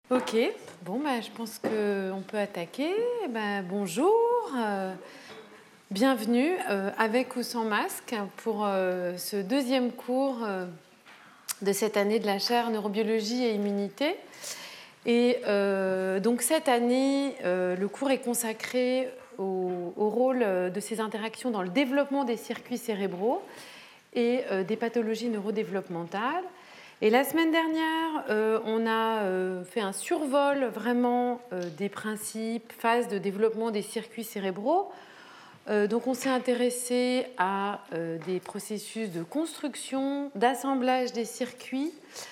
Ok, bon, je pense qu'on peut attaquer. Bonjour, bienvenue avec ou sans masque pour ce deuxième cours de cette année de la chaire neurobiologie et immunité. Et donc cette année, le cours est consacré au rôle de ces interactions dans le développement des circuits cérébraux et des pathologies neurodéveloppementales. Et la semaine dernière, on a fait un survol vraiment des principes, phases de développement des circuits cérébraux. Donc on s'est intéressé à des processus de construction, d'assemblage des circuits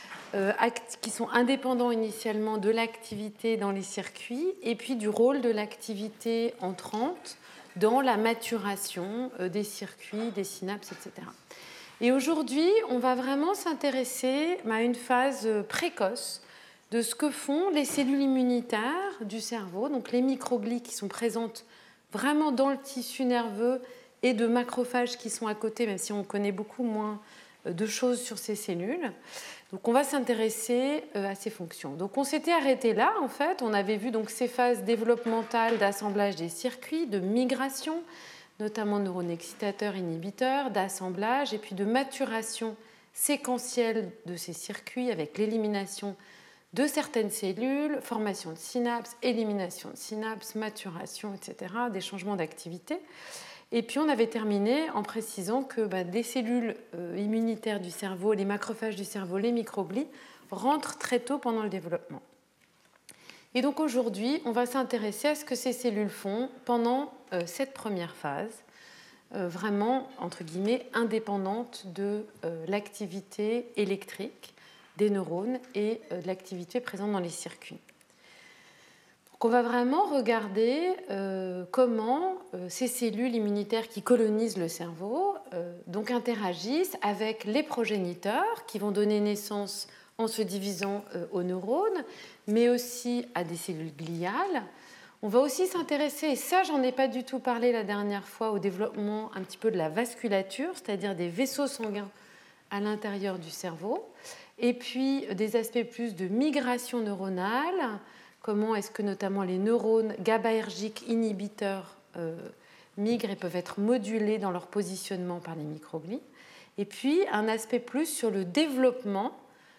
qui sont indépendants initialement de l'activité dans les circuits et puis du rôle de l'activité entrante dans la maturation des circuits, des synapses, etc. Et aujourd'hui, on va vraiment s'intéresser à une phase précoce de ce que font les cellules immunitaires du cerveau, donc les microglies qui sont présentes vraiment dans le tissu nerveux et de macrophages qui sont à côté, même si on connaît beaucoup moins de choses sur ces cellules. Donc on va s'intéresser à ces fonctions. Donc on s'était arrêté là, en fait. On avait vu donc ces phases développementales d'assemblage des circuits, de migration, notamment neurones excitateurs, inhibiteurs, d'assemblage et puis de maturation séquentielle de ces circuits avec l'élimination de certaines cellules, formation de synapses, élimination de synapses, maturation, etc., des changements d'activité. Et puis on avait terminé en précisant que des cellules immunitaires du cerveau, les macrophages du cerveau, les microglies, rentrent très tôt pendant le développement. Et donc aujourd'hui, on va s'intéresser à ce que ces cellules font pendant cette première phase, vraiment, entre guillemets, indépendante de l'activité électrique des neurones et de l'activité présente dans les circuits. Donc on va vraiment regarder comment ces cellules immunitaires qui colonisent le cerveau donc interagissent avec les progéniteurs qui vont donner naissance en se divisant aux neurones, mais aussi à des cellules gliales. On va aussi s'intéresser, et ça j'en ai pas du tout parlé la dernière fois, au développement un petit peu de la vasculature, c'est-à-dire des vaisseaux sanguins à l'intérieur du cerveau, et puis des aspects plus de migration neuronale, comment est-ce que notamment les neurones GABAergiques inhibiteurs migrent et peuvent être modulés dans leur positionnement par les microglies, et puis un aspect plus sur le développement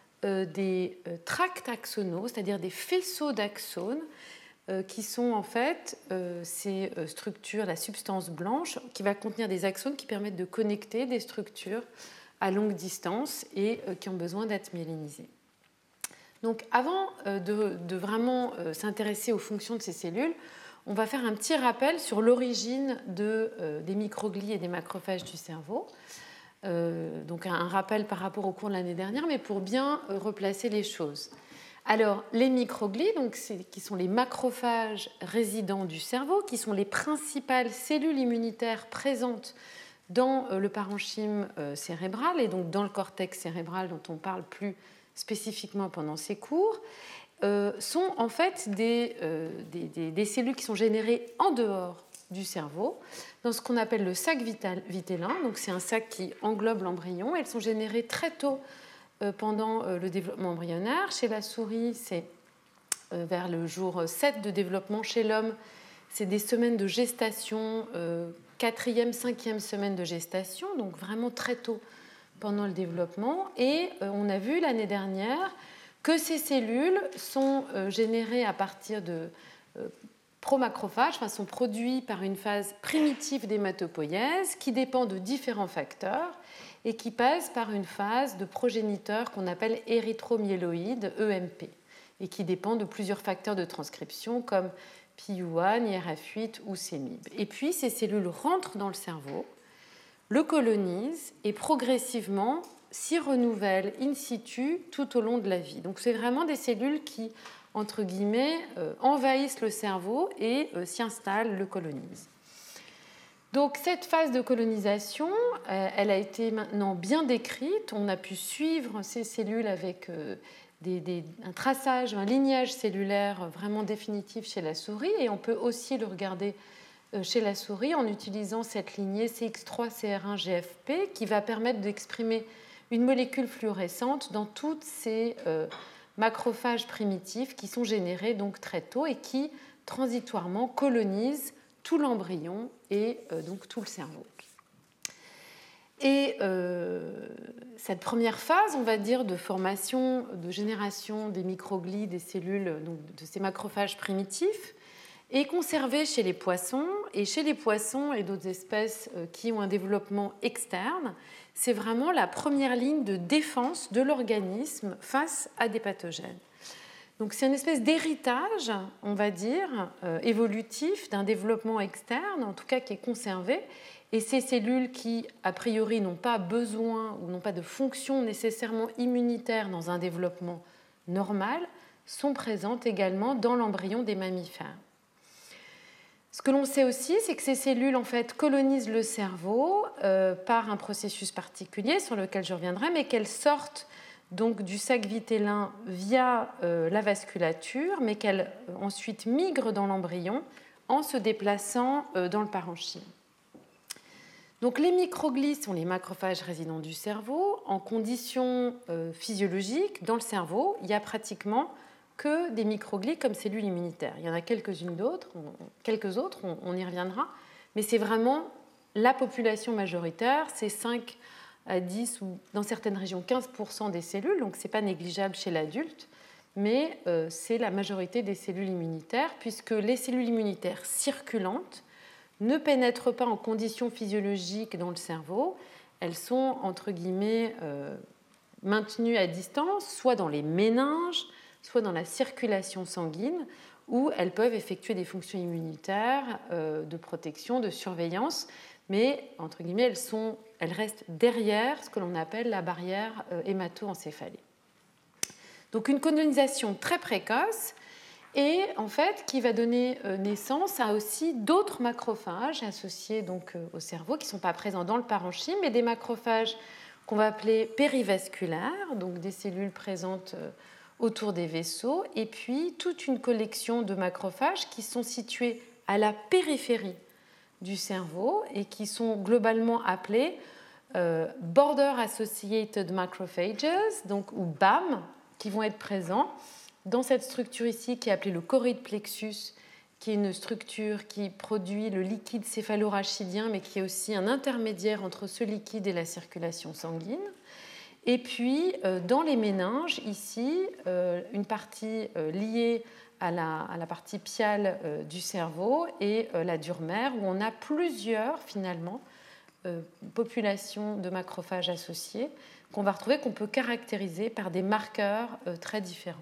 des tracts axonaux, c'est-à-dire des faisceaux d'axones, qui sont en fait ces structures, la substance blanche, qui va contenir des axones qui permettent de connecter des structures à longue distance et qui ont besoin d'être myélinisées. Donc avant de vraiment s'intéresser aux fonctions de ces cellules, on va faire un petit rappel sur l'origine des microglies et des macrophages du cerveau. Donc un rappel par rapport au cours de l'année dernière, mais pour bien replacer les choses. Alors, les microglies, qui sont les macrophages résidents du cerveau, qui sont les principales cellules immunitaires présentes dans le parenchyme cérébral et donc dans le cortex cérébral dont on parle plus spécifiquement pendant ces cours, sont en fait des cellules qui sont générées en dehors du cerveau, dans ce qu'on appelle le sac vitellin. Donc c'est un sac qui englobe l'embryon. Elles sont générées très tôt pendant le développement embryonnaire. Chez la souris, c'est vers le jour 7 de développement. Chez l'homme, c'est des semaines de gestation, 4e, 5e semaine de gestation, donc vraiment très tôt pendant le développement. Et on a vu l'année dernière que ces cellules sont générées à partir de promacrophages, sont produits par une phase primitive d'hématopoïèse qui dépend de différents facteurs et qui passe par une phase de progéniteur qu'on appelle érythromyéloïde, EMP, et qui dépend de plusieurs facteurs de transcription comme PIU1, IRF8 ou CMYB. Et puis ces cellules rentrent dans le cerveau, le colonisent et progressivement s'y renouvellent in situ tout au long de la vie. Donc c'est vraiment des cellules qui, entre guillemets, envahissent le cerveau et s'y installent, le colonisent. Donc cette phase de colonisation, elle a été maintenant bien décrite. On a pu suivre ces cellules avec un traçage, un lignage cellulaire vraiment définitif chez la souris, et on peut aussi le regarder chez la souris en utilisant cette lignée CX3-CR1-GFP qui va permettre d'exprimer une molécule fluorescente dans toutes ces macrophages primitifs qui sont générés donc très tôt et qui transitoirement colonisent tout l'embryon et donc tout le cerveau. Et cette première phase, on va dire, de formation, de génération des microglies, des cellules, donc de ces macrophages primitifs, est conservée chez les poissons. Et chez les poissons et d'autres espèces qui ont un développement externe, c'est vraiment la première ligne de défense de l'organisme face à des pathogènes. Donc c'est une espèce d'héritage, on va dire, évolutif d'un développement externe, en tout cas qui est conservé. Et ces cellules qui, a priori, n'ont pas besoin ou n'ont pas de fonction nécessairement immunitaire dans un développement normal, sont présentes également dans l'embryon des mammifères. Ce que l'on sait aussi, c'est que ces cellules en fait, colonisent le cerveau par un processus particulier sur lequel je reviendrai, mais qu'elles sortent donc, du sac vitellin via la vasculature, mais qu'elles ensuite migrent dans l'embryon en se déplaçant dans le parenchyme. Donc, les microglies sont les macrophages résidents du cerveau. En conditions physiologiques, dans le cerveau, il y a pratiquement que des microglies comme cellules immunitaires. Il y en a quelques-unes d'autres, quelques autres, on y reviendra, mais c'est vraiment la population majoritaire, c'est 5 à 10 ou dans certaines régions 15% des cellules, donc ce n'est pas négligeable chez l'adulte, mais c'est la majorité des cellules immunitaires, puisque les cellules immunitaires circulantes ne pénètrent pas en conditions physiologiques dans le cerveau, elles sont, entre guillemets, maintenues à distance, soit dans les méninges, soit dans la circulation sanguine, où elles peuvent effectuer des fonctions immunitaires, de protection, de surveillance, mais, entre guillemets, elles restent derrière ce que l'on appelle la barrière hémato-encéphalée. Donc une colonisation très précoce et en fait qui va donner naissance à aussi d'autres macrophages associés donc au cerveau qui ne sont pas présents dans le parenchyme, mais des macrophages qu'on va appeler périvasculaires, donc des cellules présentes autour des vaisseaux, et puis toute une collection de macrophages qui sont situés à la périphérie du cerveau et qui sont globalement appelés Border Associated Macrophages, donc, ou BAM, qui vont être présents dans cette structure ici qui est appelée le choroïde plexus, qui est une structure qui produit le liquide céphalorachidien, mais qui est aussi un intermédiaire entre ce liquide et la circulation sanguine. Et puis, dans les méninges, ici, une partie liée à la partie piale du cerveau et la dure mère, où on a plusieurs, finalement, populations de macrophages associés qu'on va retrouver, qu'on peut caractériser par des marqueurs très différents.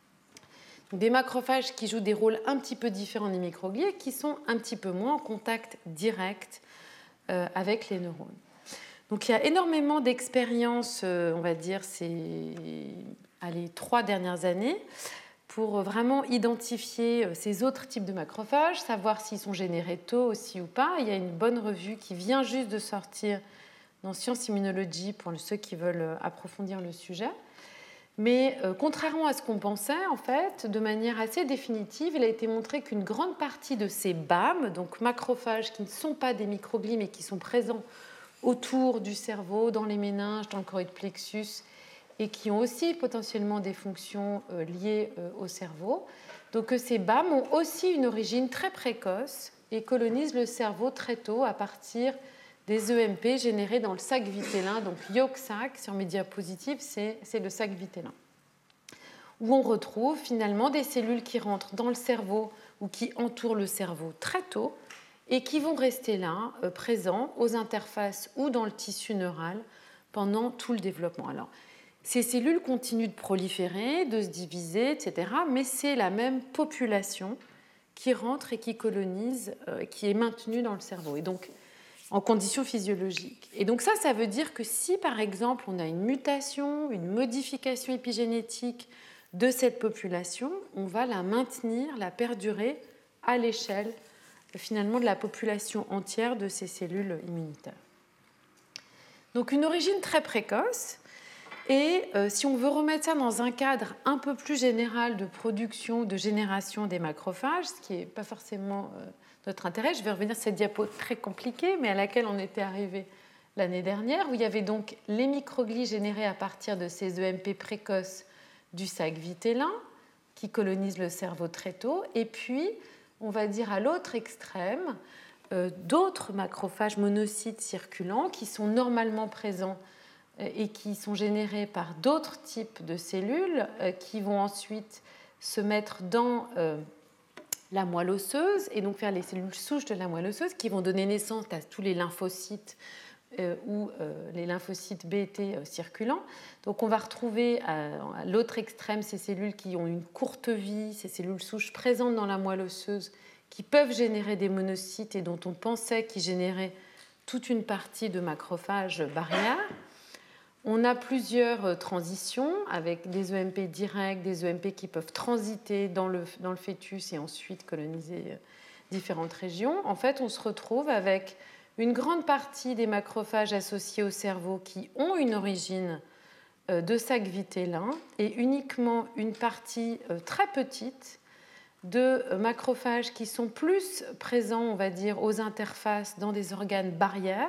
Des macrophages qui jouent des rôles un petit peu différents des microglies et qui sont un petit peu moins en contact direct avec les neurones. Donc il y a énormément d'expériences, on va dire, les 3 dernières années, pour vraiment identifier ces autres types de macrophages, savoir s'ils sont générés tôt aussi ou pas. Il y a une bonne revue qui vient juste de sortir dans Science Immunology pour ceux qui veulent approfondir le sujet. Mais contrairement à ce qu'on pensait, en fait, de manière assez définitive, il a été montré qu'une grande partie de ces BAM, donc macrophages qui ne sont pas des microglies mais qui sont présents autour du cerveau, dans les méninges, dans le choroïde plexus, et qui ont aussi potentiellement des fonctions liées au cerveau. Donc ces BAM ont aussi une origine très précoce et colonisent le cerveau très tôt à partir des EMP générés dans le sac vitellin, donc yolk sac, sur mes diapositives, c'est le sac vitellin, où on retrouve finalement des cellules qui rentrent dans le cerveau ou qui entourent le cerveau très tôt et qui vont rester là, présents aux interfaces ou dans le tissu neural pendant tout le développement. Alors, ces cellules continuent de proliférer, de se diviser, etc., mais c'est la même population qui rentre et qui colonise, qui est maintenue dans le cerveau, et donc en conditions physiologiques. Et donc ça veut dire que si, par exemple, on a une mutation, une modification épigénétique de cette population, on va la maintenir, la perdurer à l'échelle, finalement, de la population entière de ces cellules immunitaires. Donc une origine très précoce. Et si on veut remettre ça dans un cadre un peu plus général de production, de génération des macrophages, ce qui n'est pas forcément notre intérêt, je vais revenir sur cette diapo très compliquée, mais à laquelle on était arrivé l'année dernière, où il y avait donc les microglies générées à partir de ces EMP précoces du sac vitellin qui colonise le cerveau très tôt, et puis, on va dire à l'autre extrême, d'autres macrophages monocytes circulants qui sont normalement présents et qui sont générés par d'autres types de cellules qui vont ensuite se mettre dans la moelle osseuse et donc faire les cellules souches de la moelle osseuse qui vont donner naissance à tous les lymphocytes ou les lymphocytes B et T circulants. Donc on va retrouver à l'autre extrême ces cellules qui ont une courte vie, ces cellules souches présentes dans la moelle osseuse qui peuvent générer des monocytes et dont on pensait qu'ils généraient toute une partie de macrophages barrières. On a plusieurs transitions avec des EMP directs, des EMP qui peuvent transiter dans le fœtus et ensuite coloniser différentes régions. En fait, on se retrouve avec une grande partie des macrophages associés au cerveau qui ont une origine de sac vitellin et uniquement une partie très petite de macrophages qui sont plus présents, on va dire, aux interfaces dans des organes barrières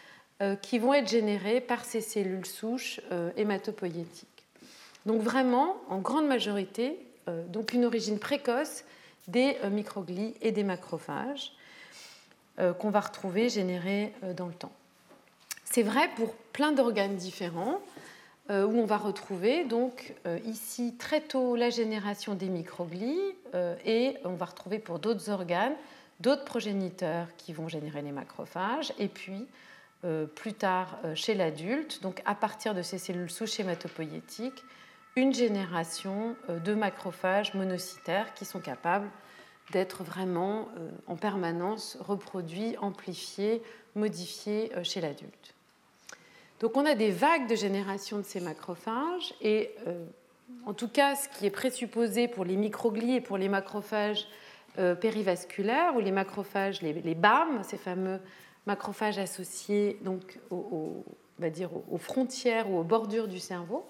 qui vont être générés par ces cellules souches hématopoïétiques. Donc vraiment, en grande majorité, donc une origine précoce des microglies et des macrophages qu'on va retrouver générés dans le temps. C'est vrai pour plein d'organes différents où on va retrouver donc ici très tôt la génération des microglies et on va retrouver pour d'autres organes d'autres progéniteurs qui vont générer les macrophages et puis plus tard chez l'adulte, donc à partir de ces cellules souches hématopoïétiques, une génération de macrophages monocytaires qui sont capables d'être vraiment en permanence reproduits, amplifiés, modifiés chez l'adulte. Donc on a des vagues de génération de ces macrophages et en tout cas ce qui est présupposé pour les microglies et pour les macrophages périvasculaires ou les macrophages, les BAM, ces fameux macrophages associés donc on va dire aux frontières ou aux bordures du cerveau.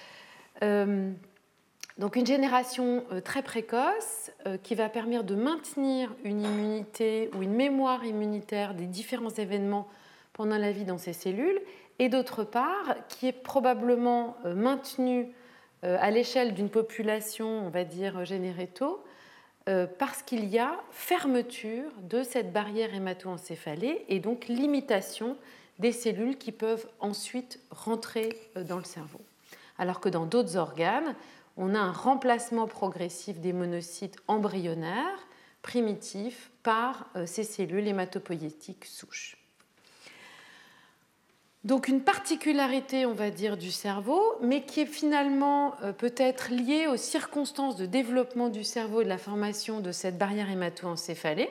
Donc une génération très précoce qui va permettre de maintenir une immunité ou une mémoire immunitaire des différents événements pendant la vie dans ces cellules et d'autre part qui est probablement maintenue à l'échelle d'une population, on va dire générée tôt, parce qu'il y a fermeture de cette barrière hémato-encéphalée et donc limitation des cellules qui peuvent ensuite rentrer dans le cerveau. Alors que dans d'autres organes, on a un remplacement progressif des monocytes embryonnaires primitifs par ces cellules hématopoïétiques souches. Donc une particularité, on va dire, du cerveau, mais qui est finalement peut-être liée aux circonstances de développement du cerveau et de la formation de cette barrière hémato-encéphalée.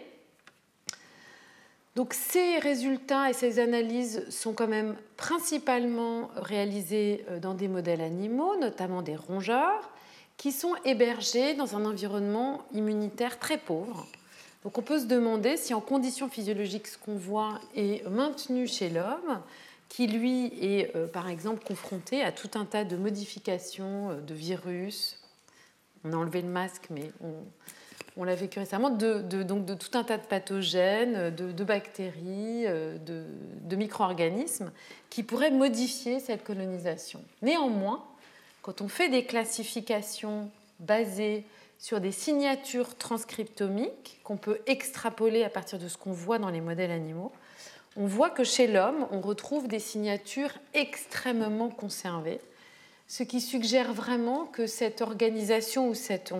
Donc ces résultats et ces analyses sont quand même principalement réalisés dans des modèles animaux, notamment des rongeurs, qui sont hébergés dans un environnement immunitaire très pauvre. Donc on peut se demander si en conditions physiologiques ce qu'on voit est maintenu chez l'homme, qui lui est par exemple confronté à tout un tas de modifications de virus. On a enlevé le masque, mais on l'a vécu récemment, donc de tout un tas de pathogènes, de bactéries, de micro-organismes qui pourraient modifier cette colonisation. Néanmoins, quand on fait des classifications basées sur des signatures transcriptomiques qu'on peut extrapoler à partir de ce qu'on voit dans les modèles animaux, on voit que chez l'homme, on retrouve des signatures extrêmement conservées, ce qui suggère vraiment que cette organisation ou cette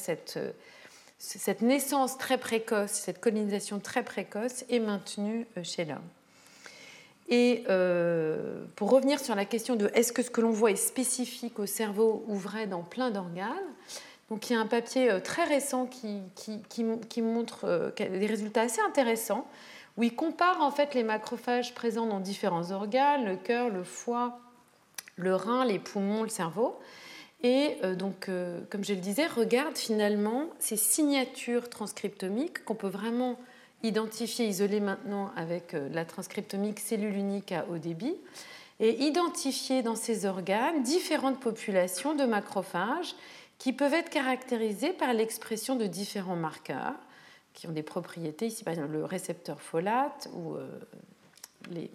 naissance très précoce, cette colonisation très précoce est maintenue chez l'homme. Et pour revenir sur la question de est-ce que ce que l'on voit est spécifique au cerveau ou vrai dans plein d'organes, donc il y a un papier très récent qui montre des résultats assez intéressants où il compare en fait les macrophages présents dans différents organes, le cœur, le foie, le rein, les poumons, le cerveau. Et donc, comme je le disais, regarde finalement ces signatures transcriptomiques qu'on peut vraiment identifier, isoler maintenant avec la transcriptomique cellule unique à haut débit, et identifier dans ces organes différentes populations de macrophages qui peuvent être caractérisées par l'expression de différents marqueurs qui ont des propriétés, ici par exemple le récepteur folate ou les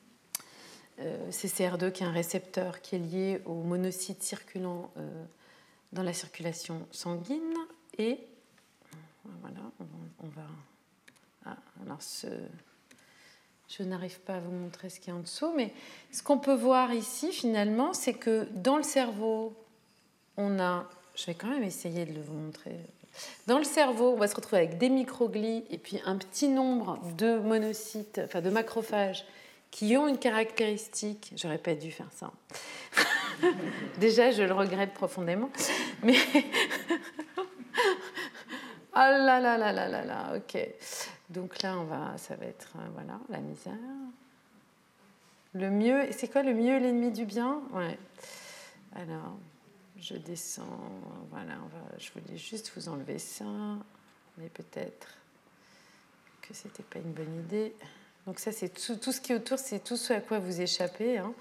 CCR2 qui est un récepteur qui est lié aux monocytes circulants dans la circulation sanguine. Et voilà, on va... Ah, alors je n'arrive pas à vous montrer ce qu'il y a en dessous, mais ce qu'on peut voir ici, finalement, c'est que dans le cerveau, on a... Je vais quand même essayer de vous montrer. Dans le cerveau, on va se retrouver avec des microglies et puis un petit nombre de monocytes, enfin de macrophages, qui ont une caractéristique... J'aurais pas dû faire ça. Déjà, je le regrette profondément. Mais... Ah là là là là là là, ok. Donc là, ça va être, voilà, la misère. Le mieux, c'est quoi le mieux, l'ennemi du bien? Ouais. Alors, je descends, voilà, je voulais juste vous enlever ça, mais peut-être que c'était pas une bonne idée. Donc ça, c'est tout ce qui est autour, c'est tout ce à quoi vous échappez, hein.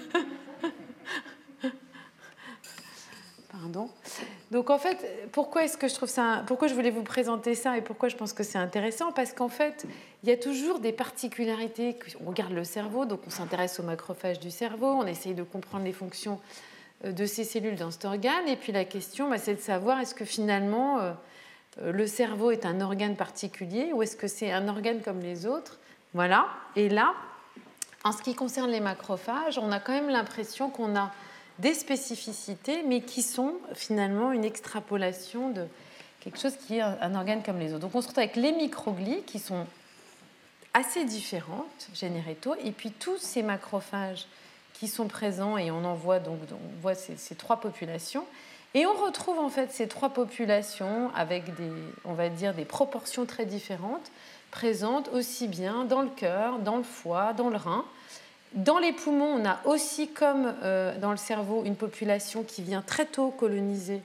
Pardon. Donc en fait, pourquoi je voulais vous présenter ça et pourquoi je pense que c'est intéressant? Parce qu'en fait, il y a toujours des particularités. On regarde le cerveau, donc on s'intéresse aux macrophages du cerveau, on essaye de comprendre les fonctions de ces cellules dans cet organe. Et puis la question, c'est de savoir est-ce que finalement le cerveau est un organe particulier ou est-ce que c'est un organe comme les autres? Voilà. Et là, en ce qui concerne les macrophages, on a quand même l'impression qu'on a des spécificités, mais qui sont finalement une extrapolation de quelque chose qui est un organe comme les autres. Donc on se retrouve avec les microglies qui sont assez différentes, générétaux, et puis tous ces macrophages qui sont présents, et on voit ces trois populations, et on retrouve en fait ces trois populations avec des proportions très différentes, présentes aussi bien dans le cœur, dans le foie, dans le rein. Dans les poumons, on a aussi, comme dans le cerveau, une population qui vient très tôt coloniser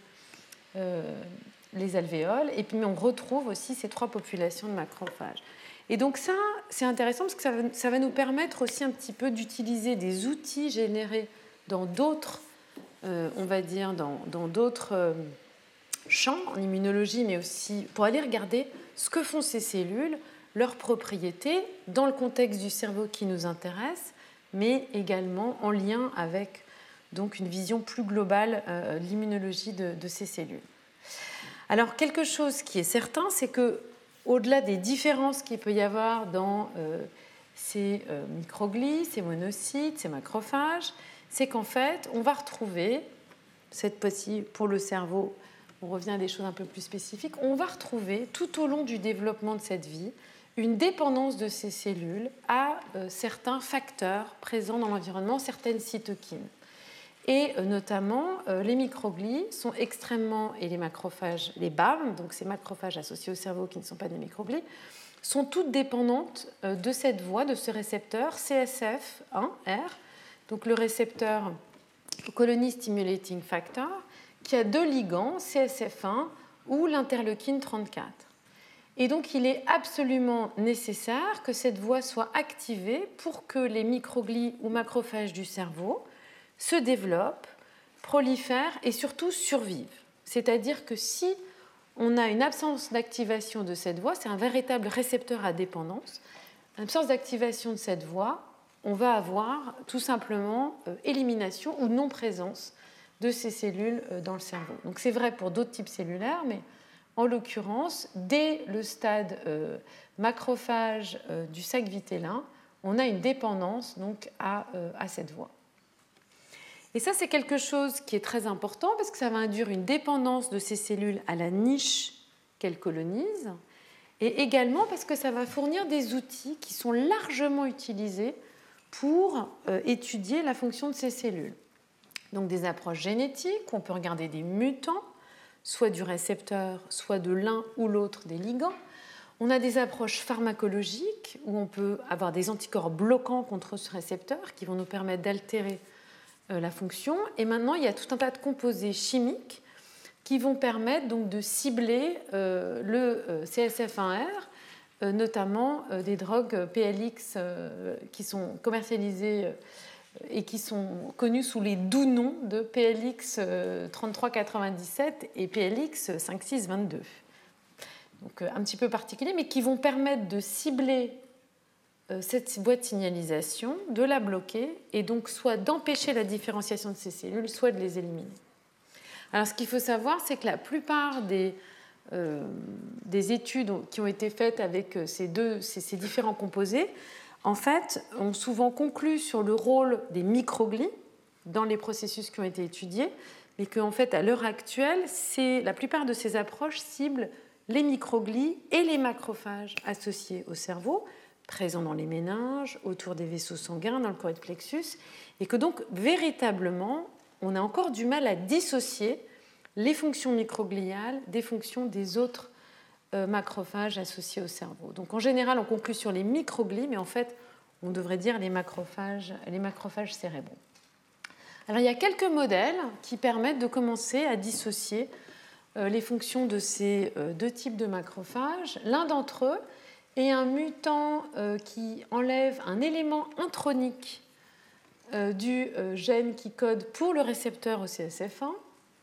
les alvéoles, et puis on retrouve aussi ces trois populations de macrophages. Et donc ça, c'est intéressant parce que ça va nous permettre aussi un petit peu d'utiliser des outils générés dans d'autres, dans d'autres champs, en immunologie, mais aussi pour aller regarder ce que font ces cellules, leurs propriétés, dans le contexte du cerveau qui nous intéresse, mais également en lien avec donc, une vision plus globale de l'immunologie de ces cellules. Alors, quelque chose qui est certain, c'est qu'au-delà des différences qu'il peut y avoir dans ces microglies, ces monocytes, ces macrophages, c'est qu'en fait, on va retrouver, cette fois-ci pour le cerveau, on revient à des choses un peu plus spécifiques, on va retrouver tout au long du développement de cette vie une dépendance de ces cellules à certains facteurs présents dans l'environnement, certaines cytokines. Et notamment, les microglies sont extrêmement, et les macrophages, les BAM, donc ces macrophages associés au cerveau qui ne sont pas des microglies, sont toutes dépendantes de cette voie, de ce récepteur CSF1R, donc le récepteur Colony Stimulating Factor, qui a deux ligands, CSF1 ou l'interleukine 34. Et donc, il est absolument nécessaire que cette voie soit activée pour que les microglies ou macrophages du cerveau se développent, prolifèrent et surtout survivent. C'est-à-dire que si on a une absence d'activation de cette voie, c'est un véritable récepteur à dépendance, une absence d'activation de cette voie, on va avoir tout simplement élimination ou non-présence de ces cellules dans le cerveau. Donc c'est vrai pour d'autres types cellulaires, mais en l'occurrence, dès le stade macrophage du sac vitellin, on a une dépendance donc, à cette voie. Et ça, c'est quelque chose qui est très important parce que ça va induire une dépendance de ces cellules à la niche qu'elles colonisent et également parce que ça va fournir des outils qui sont largement utilisés pour étudier la fonction de ces cellules. Donc des approches génétiques, on peut regarder des mutants, soit du récepteur, soit de l'un ou l'autre des ligands. On a des approches pharmacologiques où on peut avoir des anticorps bloquants contre ce récepteur qui vont nous permettre d'altérer la fonction. Et maintenant, il y a tout un tas de composés chimiques qui vont permettre donc, de cibler le CSF1R, notamment des drogues PLX qui sont commercialisées et qui sont connus sous les doux noms de PLX 3397 et PLX 5622. Donc un petit peu particulier, mais qui vont permettre de cibler cette voie de signalisation, de la bloquer, et donc soit d'empêcher la différenciation de ces cellules, soit de les éliminer. Alors ce qu'il faut savoir, c'est que la plupart des études qui ont été faites avec ces différents composés, en fait, ont souvent conclu sur le rôle des microglies dans les processus qui ont été étudiés, mais qu'en fait, à l'heure actuelle, la plupart de ces approches ciblent les microglies et les macrophages associés au cerveau, présents dans les méninges, autour des vaisseaux sanguins, dans le choroïde plexus, et que donc, véritablement, on a encore du mal à dissocier les fonctions microgliales des fonctions des autres macrophages associés au cerveau. Donc, en général, on conclut sur les microglies, mais en fait, on devrait dire les macrophages cérébraux. Alors, il y a quelques modèles qui permettent de commencer à dissocier les fonctions de ces deux types de macrophages. L'un d'entre eux est un mutant qui enlève un élément intronique du gène qui code pour le récepteur OCSF1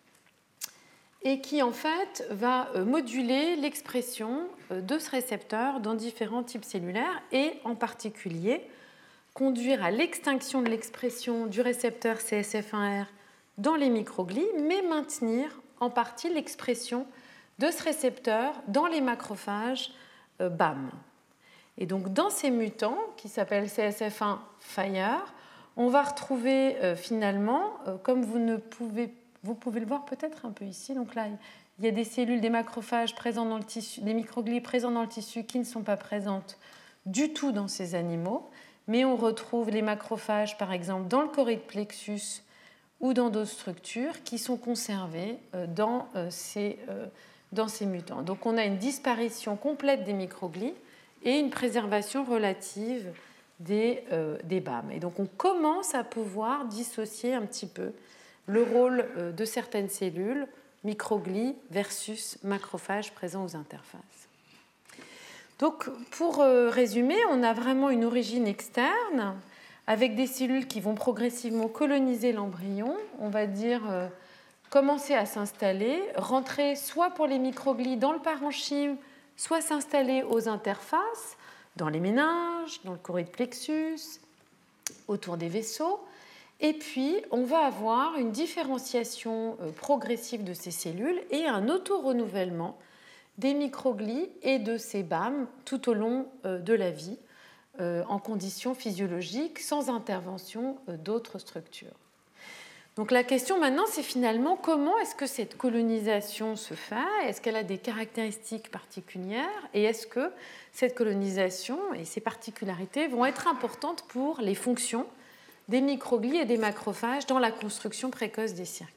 et qui en fait va moduler l'expression de ce récepteur dans différents types cellulaires et en particulier conduire à l'extinction de l'expression du récepteur CSF1R dans les microglies, mais maintenir en partie l'expression de ce récepteur dans les macrophages BAM. Et donc dans ces mutants, qui s'appellent CSF1 Fire, on va retrouver finalement, comme vous pouvez le voir peut-être un peu ici, donc là il y a des cellules, des macrophages présents dans le tissu, des microglies présents dans le tissu qui ne sont pas présentes du tout dans ces animaux, mais on retrouve les macrophages par exemple dans le choroïde plexus ou dans d'autres structures qui sont conservées dans ces mutants. Donc on a une disparition complète des microglies et une préservation relative des BAM. Et donc on commence à pouvoir dissocier un petit peu le rôle de certaines cellules, microglies versus macrophages présents aux interfaces. Donc pour résumer, on a vraiment une origine externe avec des cellules qui vont progressivement coloniser l'embryon, on va dire commencer à s'installer, rentrer soit pour les microglies dans le parenchyme, soit s'installer aux interfaces, dans les méninges, dans le choroïde plexus, autour des vaisseaux. Et puis, on va avoir une différenciation progressive de ces cellules et un auto-renouvellement des microglies et de ces BAM tout au long de la vie, en conditions physiologiques, sans intervention d'autres structures. Donc la question maintenant, c'est finalement comment est-ce que cette colonisation se fait ? Est-ce qu'elle a des caractéristiques particulières ? Et est-ce que cette colonisation et ses particularités vont être importantes pour les fonctions des microglies et des macrophages dans la construction précoce des circuits ?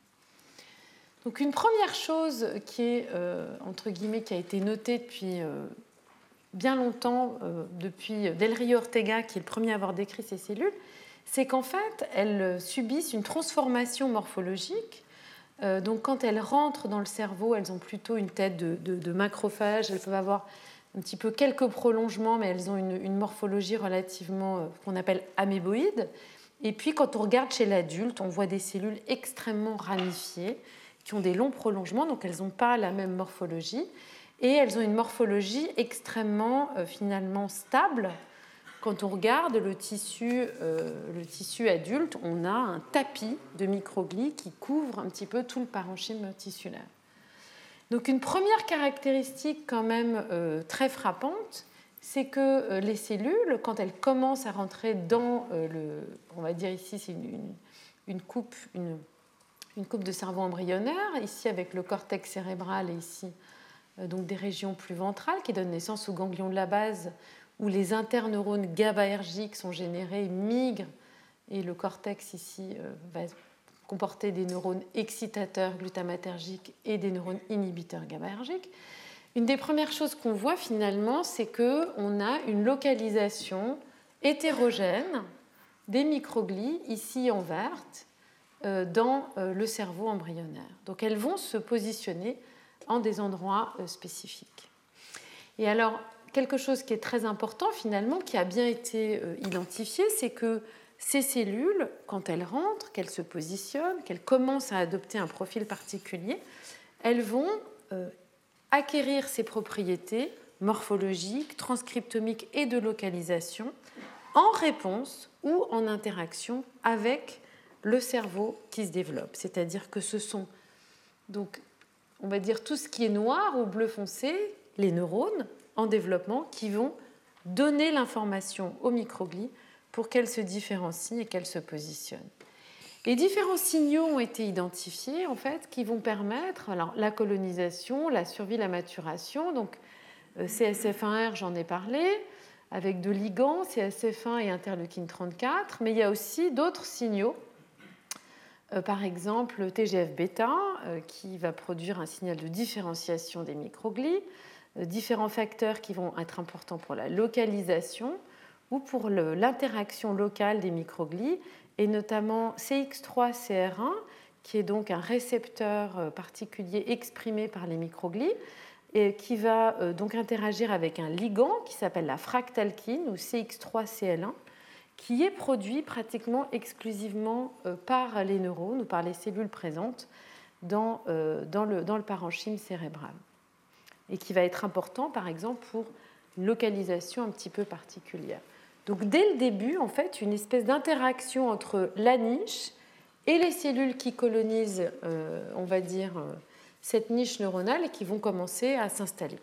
Donc une première chose qui est, entre guillemets, qui a été notée depuis bien longtemps, depuis Del Rio Ortega, qui est le premier à avoir décrit ces cellules, c'est qu'en fait, elles subissent une transformation morphologique. Donc, quand elles rentrent dans le cerveau, elles ont plutôt une tête de macrophage. Elles peuvent avoir un petit peu quelques prolongements, mais elles ont une morphologie relativement qu'on appelle améboïde. Et puis, quand on regarde chez l'adulte, on voit des cellules extrêmement ramifiées qui ont des longs prolongements, donc elles n'ont pas la même morphologie. Et elles ont une morphologie extrêmement, finalement, stable. Quand on regarde le tissu adulte, on a un tapis de microglies qui couvre un petit peu tout le parenchyme tissulaire. Donc une première caractéristique quand même très frappante, c'est que les cellules, quand elles commencent à rentrer dans on va dire ici c'est une coupe de cerveau embryonnaire, ici avec le cortex cérébral et ici donc des régions plus ventrales qui donnent naissance aux ganglions de la base, où les interneurones GABAergiques sont générés, migrent, et le cortex ici va comporter des neurones excitateurs glutamatergiques et des neurones inhibiteurs GABAergiques. Une des premières choses qu'on voit finalement, c'est qu'on a une localisation hétérogène des microglies, ici en verte, dans le cerveau embryonnaire. Donc elles vont se positionner en des endroits spécifiques. Et alors, quelque chose qui est très important finalement, qui a bien été identifié, c'est que ces cellules, quand elles rentrent, qu'elles se positionnent, qu'elles commencent à adopter un profil particulier, elles vont acquérir ces propriétés morphologiques, transcriptomiques et de localisation en réponse ou en interaction avec le cerveau qui se développe. C'est-à-dire que ce sont donc on va dire tout ce qui est noir ou bleu foncé, les neurones en développement qui vont donner l'information aux microglies pour qu'elles se différencient et qu'elles se positionnent. Les différents signaux ont été identifiés en fait, qui vont permettre la colonisation, la survie, la maturation. Donc CSF1R, j'en ai parlé, avec deux ligands, CSF1 et interleukine 34, mais il y a aussi d'autres signaux, par exemple TGF-bêta, qui va produire un signal de différenciation des microglies, différents facteurs qui vont être importants pour la localisation ou pour l'interaction locale des microglies, et notamment CX3-CR1, qui est donc un récepteur particulier exprimé par les microglies, et qui va donc interagir avec un ligand qui s'appelle la fractalkine ou CX3-CL1, qui est produit pratiquement exclusivement par les neurones ou par les cellules présentes dans le parenchyme cérébral, et qui va être important, par exemple, pour une localisation un petit peu particulière. Donc, dès le début, en fait, une espèce d'interaction entre la niche et les cellules qui colonisent, on va dire, cette niche neuronale et qui vont commencer à s'installer.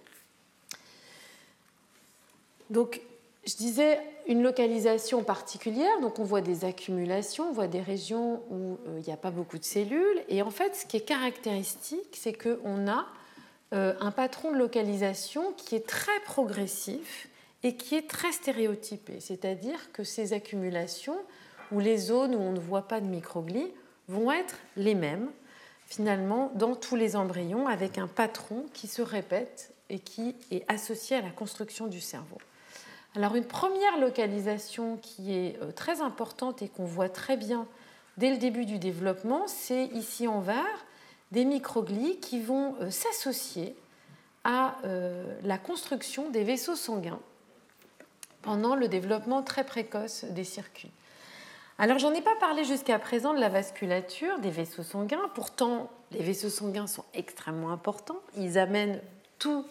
Donc, je disais une localisation particulière, donc on voit des accumulations, on voit des régions où il n'y a pas beaucoup de cellules, et en fait, ce qui est caractéristique, c'est qu'on a un patron de localisation qui est très progressif et qui est très stéréotypé, c'est-à-dire que ces accumulations ou les zones où on ne voit pas de microglies vont être les mêmes, finalement, dans tous les embryons, avec un patron qui se répète et qui est associé à la construction du cerveau. Alors, une première localisation qui est très importante et qu'on voit très bien dès le début du développement, c'est ici en vert, des microglies qui vont s'associer à la construction des vaisseaux sanguins pendant le développement très précoce des circuits. Alors, j'en ai pas parlé jusqu'à présent de la vasculature des vaisseaux sanguins. Pourtant, les vaisseaux sanguins sont extrêmement importants. Ils amènent tous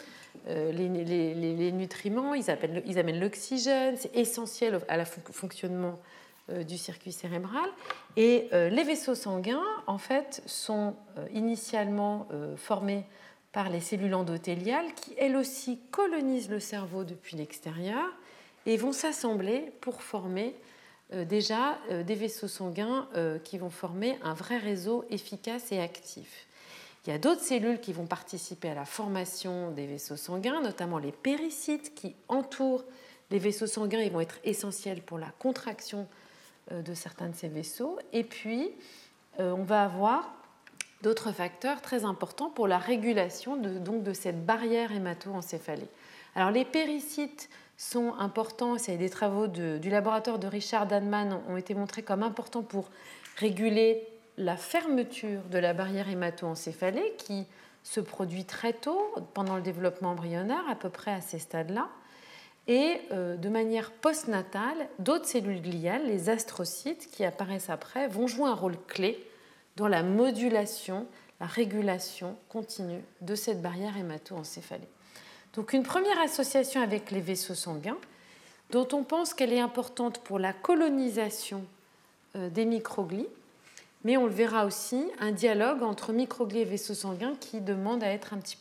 les nutriments, ils amènent l'oxygène. C'est essentiel au fonctionnement du circuit cérébral. Et les vaisseaux sanguins, en fait, sont initialement formés par les cellules endothéliales qui, elles aussi, colonisent le cerveau depuis l'extérieur et vont s'assembler pour former déjà des vaisseaux sanguins qui vont former un vrai réseau efficace et actif. Il y a d'autres cellules qui vont participer à la formation des vaisseaux sanguins, notamment les péricytes qui entourent les vaisseaux sanguins et vont être essentiels pour la contraction de certains de ces vaisseaux. Et puis, on va avoir d'autres facteurs très importants pour la régulation de cette barrière hémato-encéphalée. Alors, les péricytes sont importants, des travaux du laboratoire de Richard Danman ont été montrés comme importants pour réguler la fermeture de la barrière hémato-encéphalée qui se produit très tôt pendant le développement embryonnaire, à peu près à ces stades-là. Et de manière postnatale, d'autres cellules gliales, les astrocytes, qui apparaissent après, vont jouer un rôle clé dans la modulation, la régulation continue de cette barrière hémato-encéphalée. Donc une première association avec les vaisseaux sanguins, dont on pense qu'elle est importante pour la colonisation des microglies, mais on le verra aussi, un dialogue entre microglies et vaisseaux sanguins qui demande à être un petit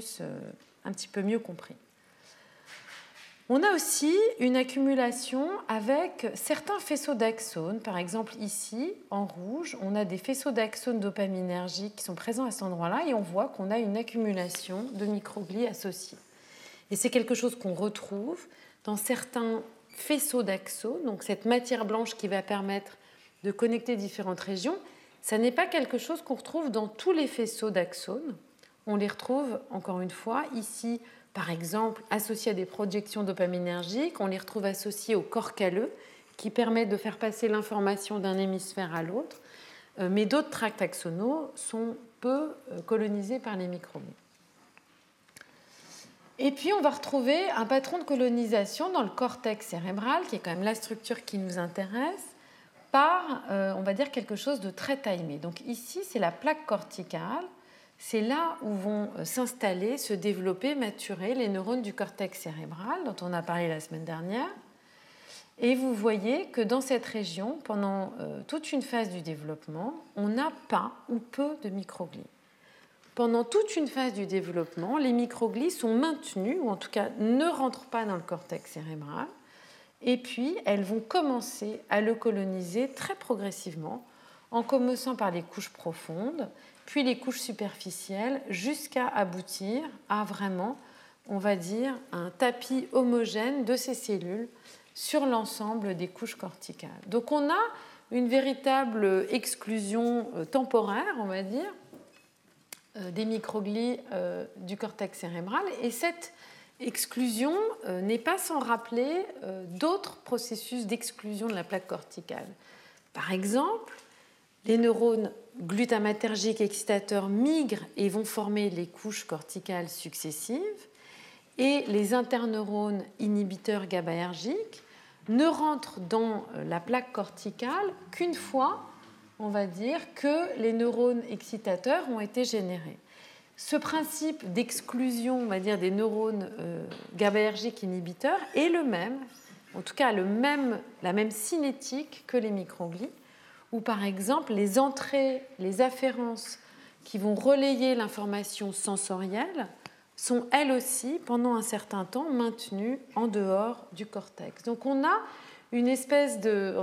peu mieux compris. On a aussi une accumulation avec certains faisceaux d'axones. Par exemple, ici, en rouge, on a des faisceaux d'axones dopaminergiques qui sont présents à cet endroit-là et on voit qu'on a une accumulation de microglies associées. Et c'est quelque chose qu'on retrouve dans certains faisceaux d'axones, donc cette matière blanche qui va permettre de connecter différentes régions. Ça n'est pas quelque chose qu'on retrouve dans tous les faisceaux d'axones. On les retrouve, encore une fois, ici, par exemple, associés à des projections dopaminergiques. On les retrouve associés au corps calleux, qui permet de faire passer l'information d'un hémisphère à l'autre. Mais d'autres tracts axonaux sont peu colonisés par les microglies. Et puis, on va retrouver un patron de colonisation dans le cortex cérébral, qui est quand même la structure qui nous intéresse, par, on va dire, quelque chose de très timé. Donc ici, c'est la plaque corticale. C'est là où vont s'installer, se développer, maturer les neurones du cortex cérébral, dont on a parlé la semaine dernière. Et vous voyez que dans cette région, pendant toute une phase du développement, on n'a pas ou peu de microglies. pendant toute une phase du développement, les microglies sont maintenues, ou en tout cas ne rentrent pas dans le cortex cérébral, et puis elles vont commencer à le coloniser très progressivement, en commençant par les couches profondes, puis les couches superficielles, jusqu'à aboutir à vraiment, on va dire, un tapis homogène de ces cellules sur l'ensemble des couches corticales. Donc on a une véritable exclusion temporaire, on va dire, des microglies du cortex cérébral, et cette exclusion n'est pas sans rappeler d'autres processus d'exclusion de la plaque corticale. Par exemple, les neurones glutamatergiques excitateurs migrent et vont former les couches corticales successives, et les interneurones inhibiteurs GABAergiques ne rentrent dans la plaque corticale qu'une fois, on va dire, que les neurones excitateurs ont été générés. Ce principe d'exclusion, on va dire, des neurones GABAergiques inhibiteurs est le même, en tout cas la même cinétique que les microglies, où par exemple les entrées, les afférences qui vont relayer l'information sensorielle sont elles aussi, pendant un certain temps, maintenues en dehors du cortex. Donc on a une espèce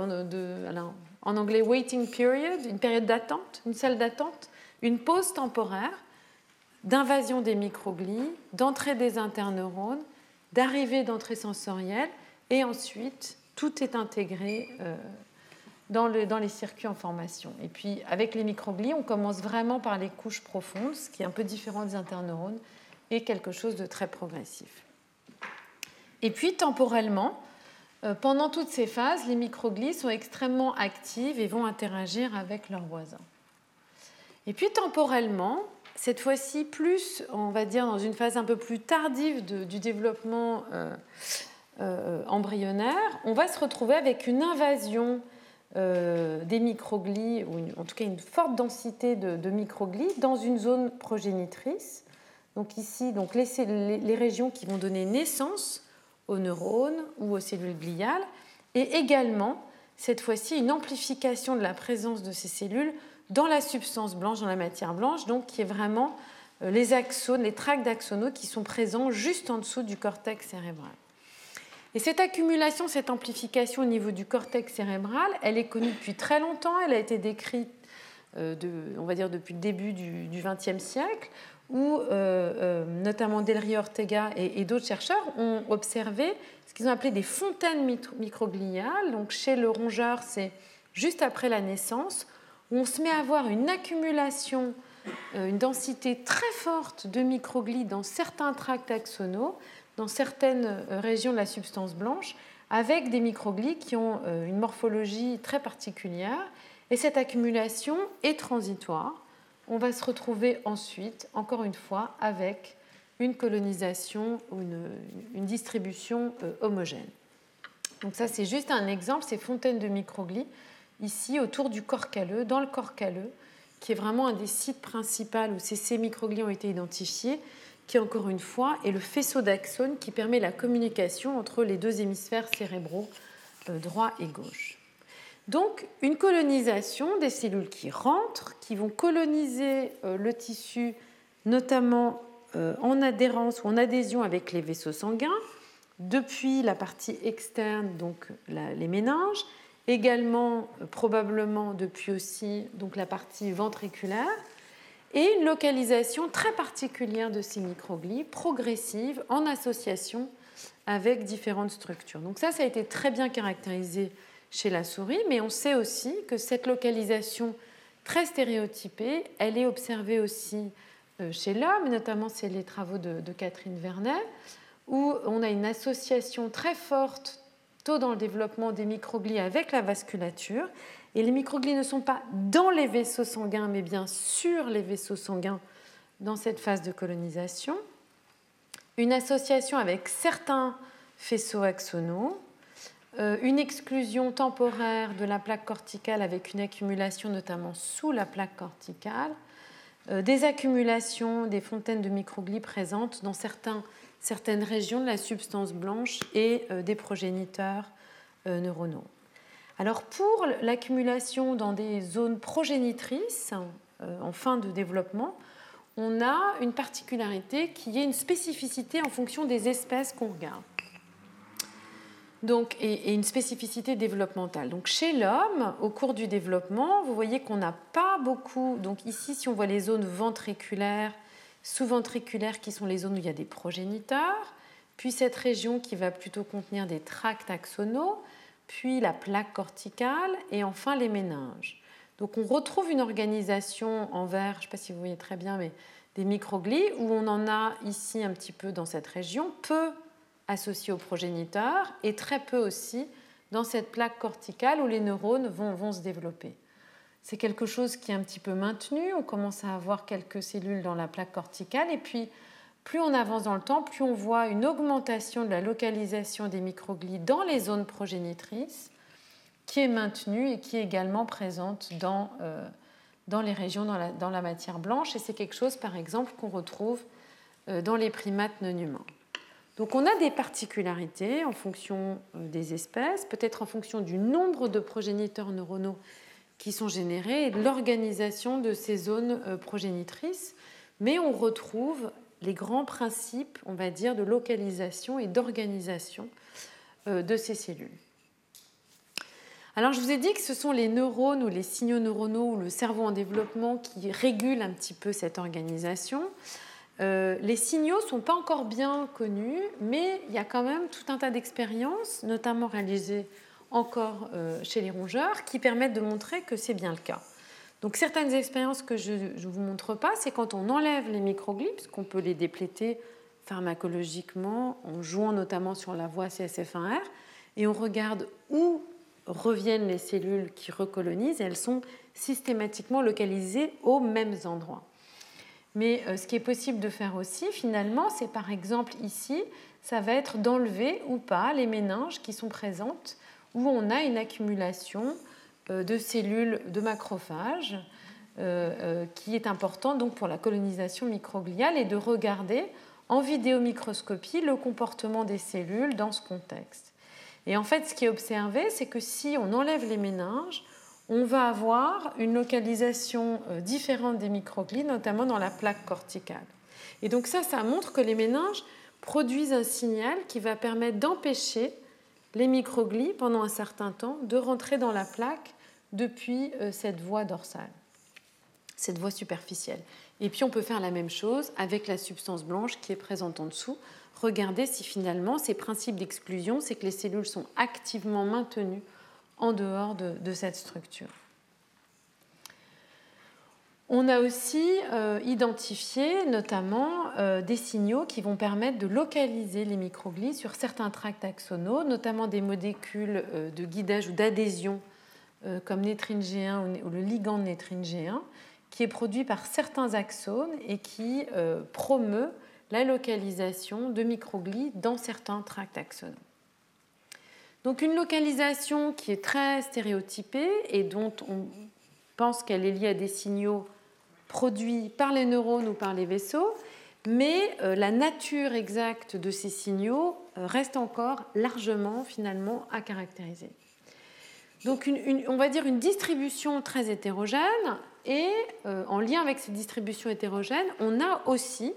en anglais waiting period, une période d'attente, une salle d'attente, une pause temporaire d'invasion des microglies, d'entrée des interneurones, d'arrivée d'entrée sensorielle, et ensuite tout est intégré dans les circuits en formation. Et puis avec les microglies, on commence vraiment par les couches profondes, ce qui est un peu différent des interneurones, et quelque chose de très progressif. Et puis temporellement, pendant toutes ces phases, les microglies sont extrêmement actives et vont interagir avec leurs voisins. Et puis temporellement, cette fois-ci plus, on va dire, dans une phase un peu plus tardive du développement embryonnaire, on va se retrouver avec une invasion des microglies, ou en tout cas une forte densité de microglies dans une zone progénitrice. Donc ici, les régions qui vont donner naissance aux neurones ou aux cellules gliales, et également, cette fois-ci, une amplification de la présence de ces cellules dans la substance blanche, dans la matière blanche, donc qui est vraiment les axones, les tracts d'axonaux qui sont présents juste en dessous du cortex cérébral. Et cette accumulation, cette amplification au niveau du cortex cérébral, elle est connue depuis très longtemps, elle a été décrite, on va dire, depuis le début du XXe siècle, où notamment Del Rio Ortega et d'autres chercheurs ont observé ce qu'ils ont appelé des fontaines microgliales. Donc chez le rongeur, c'est juste après la naissance, où on se met à avoir une accumulation, une densité très forte de microglies dans certains tracts axonaux, dans certaines régions de la substance blanche, avec des microglies qui ont une morphologie très particulière. Et cette accumulation est transitoire. On va se retrouver ensuite, encore une fois, avec une colonisation ou une distribution homogène. Donc ça, c'est juste un exemple, ces fontaines de microglies, ici, autour du corps calleux, dans le corps calleux, qui est vraiment un des sites principaux où ces microglies ont été identifiés, qui, encore une fois, est le faisceau d'axones qui permet la communication entre les deux hémisphères cérébraux, droit et gauche. Donc, une colonisation des cellules qui rentrent, qui vont coloniser le tissu, notamment en adhérence ou en adhésion avec les vaisseaux sanguins, depuis la partie externe, donc les méninges, également probablement depuis aussi donc, la partie ventriculaire, et une localisation très particulière de ces microglies, progressive, en association avec différentes structures. Donc ça a été très bien caractérisé chez la souris, mais on sait aussi que cette localisation très stéréotypée, elle est observée aussi chez l'homme, notamment c'est les travaux de Catherine Vernet, où on a une association très forte tôt dans le développement des microglies avec la vasculature. Et les microglies ne sont pas dans les vaisseaux sanguins, mais bien sur les vaisseaux sanguins dans cette phase de colonisation. Une association avec certains faisceaux axonaux, une exclusion temporaire de la plaque corticale avec une accumulation notamment sous la plaque corticale, des accumulations des fontaines de microglies présentes dans certaines régions de la substance blanche et des progéniteurs neuronaux. Alors pour l'accumulation dans des zones progénitrices en fin de développement, on a une particularité qui est une spécificité en fonction des espèces qu'on regarde. Donc, et une spécificité développementale. Donc, chez l'homme, au cours du développement, vous voyez qu'on n'a pas beaucoup. Donc, ici, si on voit les zones ventriculaires, sous-ventriculaires, qui sont les zones où il y a des progéniteurs, puis cette région qui va plutôt contenir des tracts axonaux, puis la plaque corticale, et enfin les méninges. Donc, on retrouve une organisation en vert, je ne sais pas si vous voyez très bien, mais des microglies, où on en a ici un petit peu dans cette région, peu associés aux progéniteurs et très peu aussi dans cette plaque corticale où les neurones vont se développer. C'est quelque chose qui est un petit peu maintenu, on commence à avoir quelques cellules dans la plaque corticale et puis plus on avance dans le temps, plus on voit une augmentation de la localisation des microglies dans les zones progénitrices qui est maintenue et qui est également présente dans les régions dans la matière blanche et c'est quelque chose par exemple qu'on retrouve dans les primates non humains. Donc on a des particularités en fonction des espèces, peut-être en fonction du nombre de progéniteurs neuronaux qui sont générés et de l'organisation de ces zones progénitrices, mais on retrouve les grands principes, on va dire, de localisation et d'organisation de ces cellules. Alors je vous ai dit que ce sont les neurones ou les signaux neuronaux ou le cerveau en développement qui régulent un petit peu cette organisation. Les signaux ne sont pas encore bien connus, mais il y a quand même tout un tas d'expériences, notamment réalisées encore chez les rongeurs, qui permettent de montrer que c'est bien le cas. Donc certaines expériences que je ne vous montre pas, c'est quand on enlève les microglies, puisqu'on peut les dépléter pharmacologiquement, en jouant notamment sur la voie CSF1R, et on regarde où reviennent les cellules qui recolonisent, et elles sont systématiquement localisées aux mêmes endroits. Mais ce qui est possible de faire aussi, finalement, c'est par exemple ici, ça va être d'enlever ou pas les méninges qui sont présentes, où on a une accumulation de cellules de macrophages qui est importante donc pour la colonisation microgliale et de regarder en vidéomicroscopie le comportement des cellules dans ce contexte. Et en fait, ce qui est observé, c'est que si on enlève les méninges, on va avoir une localisation différente des microglies, notamment dans la plaque corticale. Et donc ça montre que les méninges produisent un signal qui va permettre d'empêcher les microglies, pendant un certain temps, de rentrer dans la plaque depuis cette voie dorsale, cette voie superficielle. Et puis on peut faire la même chose avec la substance blanche qui est présente en dessous. Regardez si finalement ces principes d'exclusion, c'est que les cellules sont activement maintenues en dehors de cette structure. On a aussi identifié notamment des signaux qui vont permettre de localiser les microglies sur certains tracts axonaux, notamment des molécules de guidage ou d'adhésion comme nétrine G1 ou le ligand nétrine G1, qui est produit par certains axones et qui promeut la localisation de microglies dans certains tracts axonaux. Donc une localisation qui est très stéréotypée et dont on pense qu'elle est liée à des signaux produits par les neurones ou par les vaisseaux, mais la nature exacte de ces signaux reste encore largement finalement à caractériser. Donc on va dire une distribution très hétérogène et en lien avec cette distribution hétérogène, on a aussi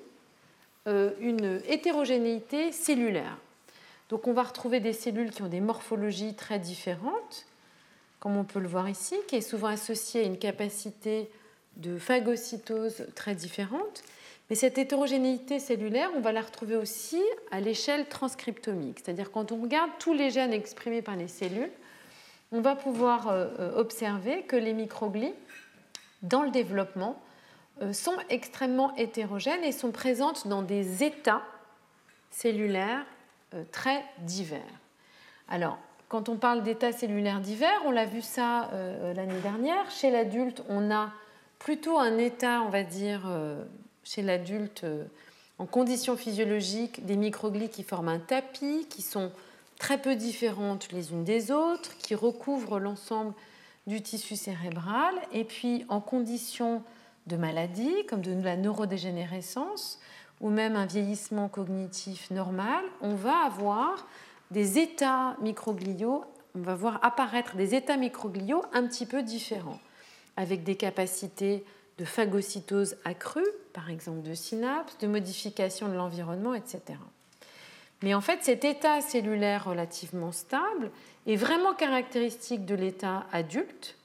une hétérogénéité cellulaire. Donc on va retrouver des cellules qui ont des morphologies très différentes, comme on peut le voir ici, qui est souvent associée à une capacité de phagocytose très différente. Mais cette hétérogénéité cellulaire, on va la retrouver aussi à l'échelle transcriptomique. C'est-à-dire quand on regarde tous les gènes exprimés par les cellules, on va pouvoir observer que les microglies, dans le développement, sont extrêmement hétérogènes et sont présentes dans des états cellulaires très divers. Alors, quand on parle d'états cellulaires divers, on l'a vu ça l'année dernière. Chez l'adulte, on a plutôt un état, on va dire, chez l'adulte, en conditions physiologiques, des microglies qui forment un tapis, qui sont très peu différentes les unes des autres, qui recouvrent l'ensemble du tissu cérébral. Et puis, en conditions de maladie, comme de la neurodégénérescence, ou même un vieillissement cognitif normal, on va avoir des états microgliaux, on va voir apparaître des états microgliaux un petit peu différents, avec des capacités de phagocytose accrue, par exemple de synapses, de modification de l'environnement, etc. Mais en fait, cet état cellulaire relativement stable est vraiment caractéristique de l'état adulte.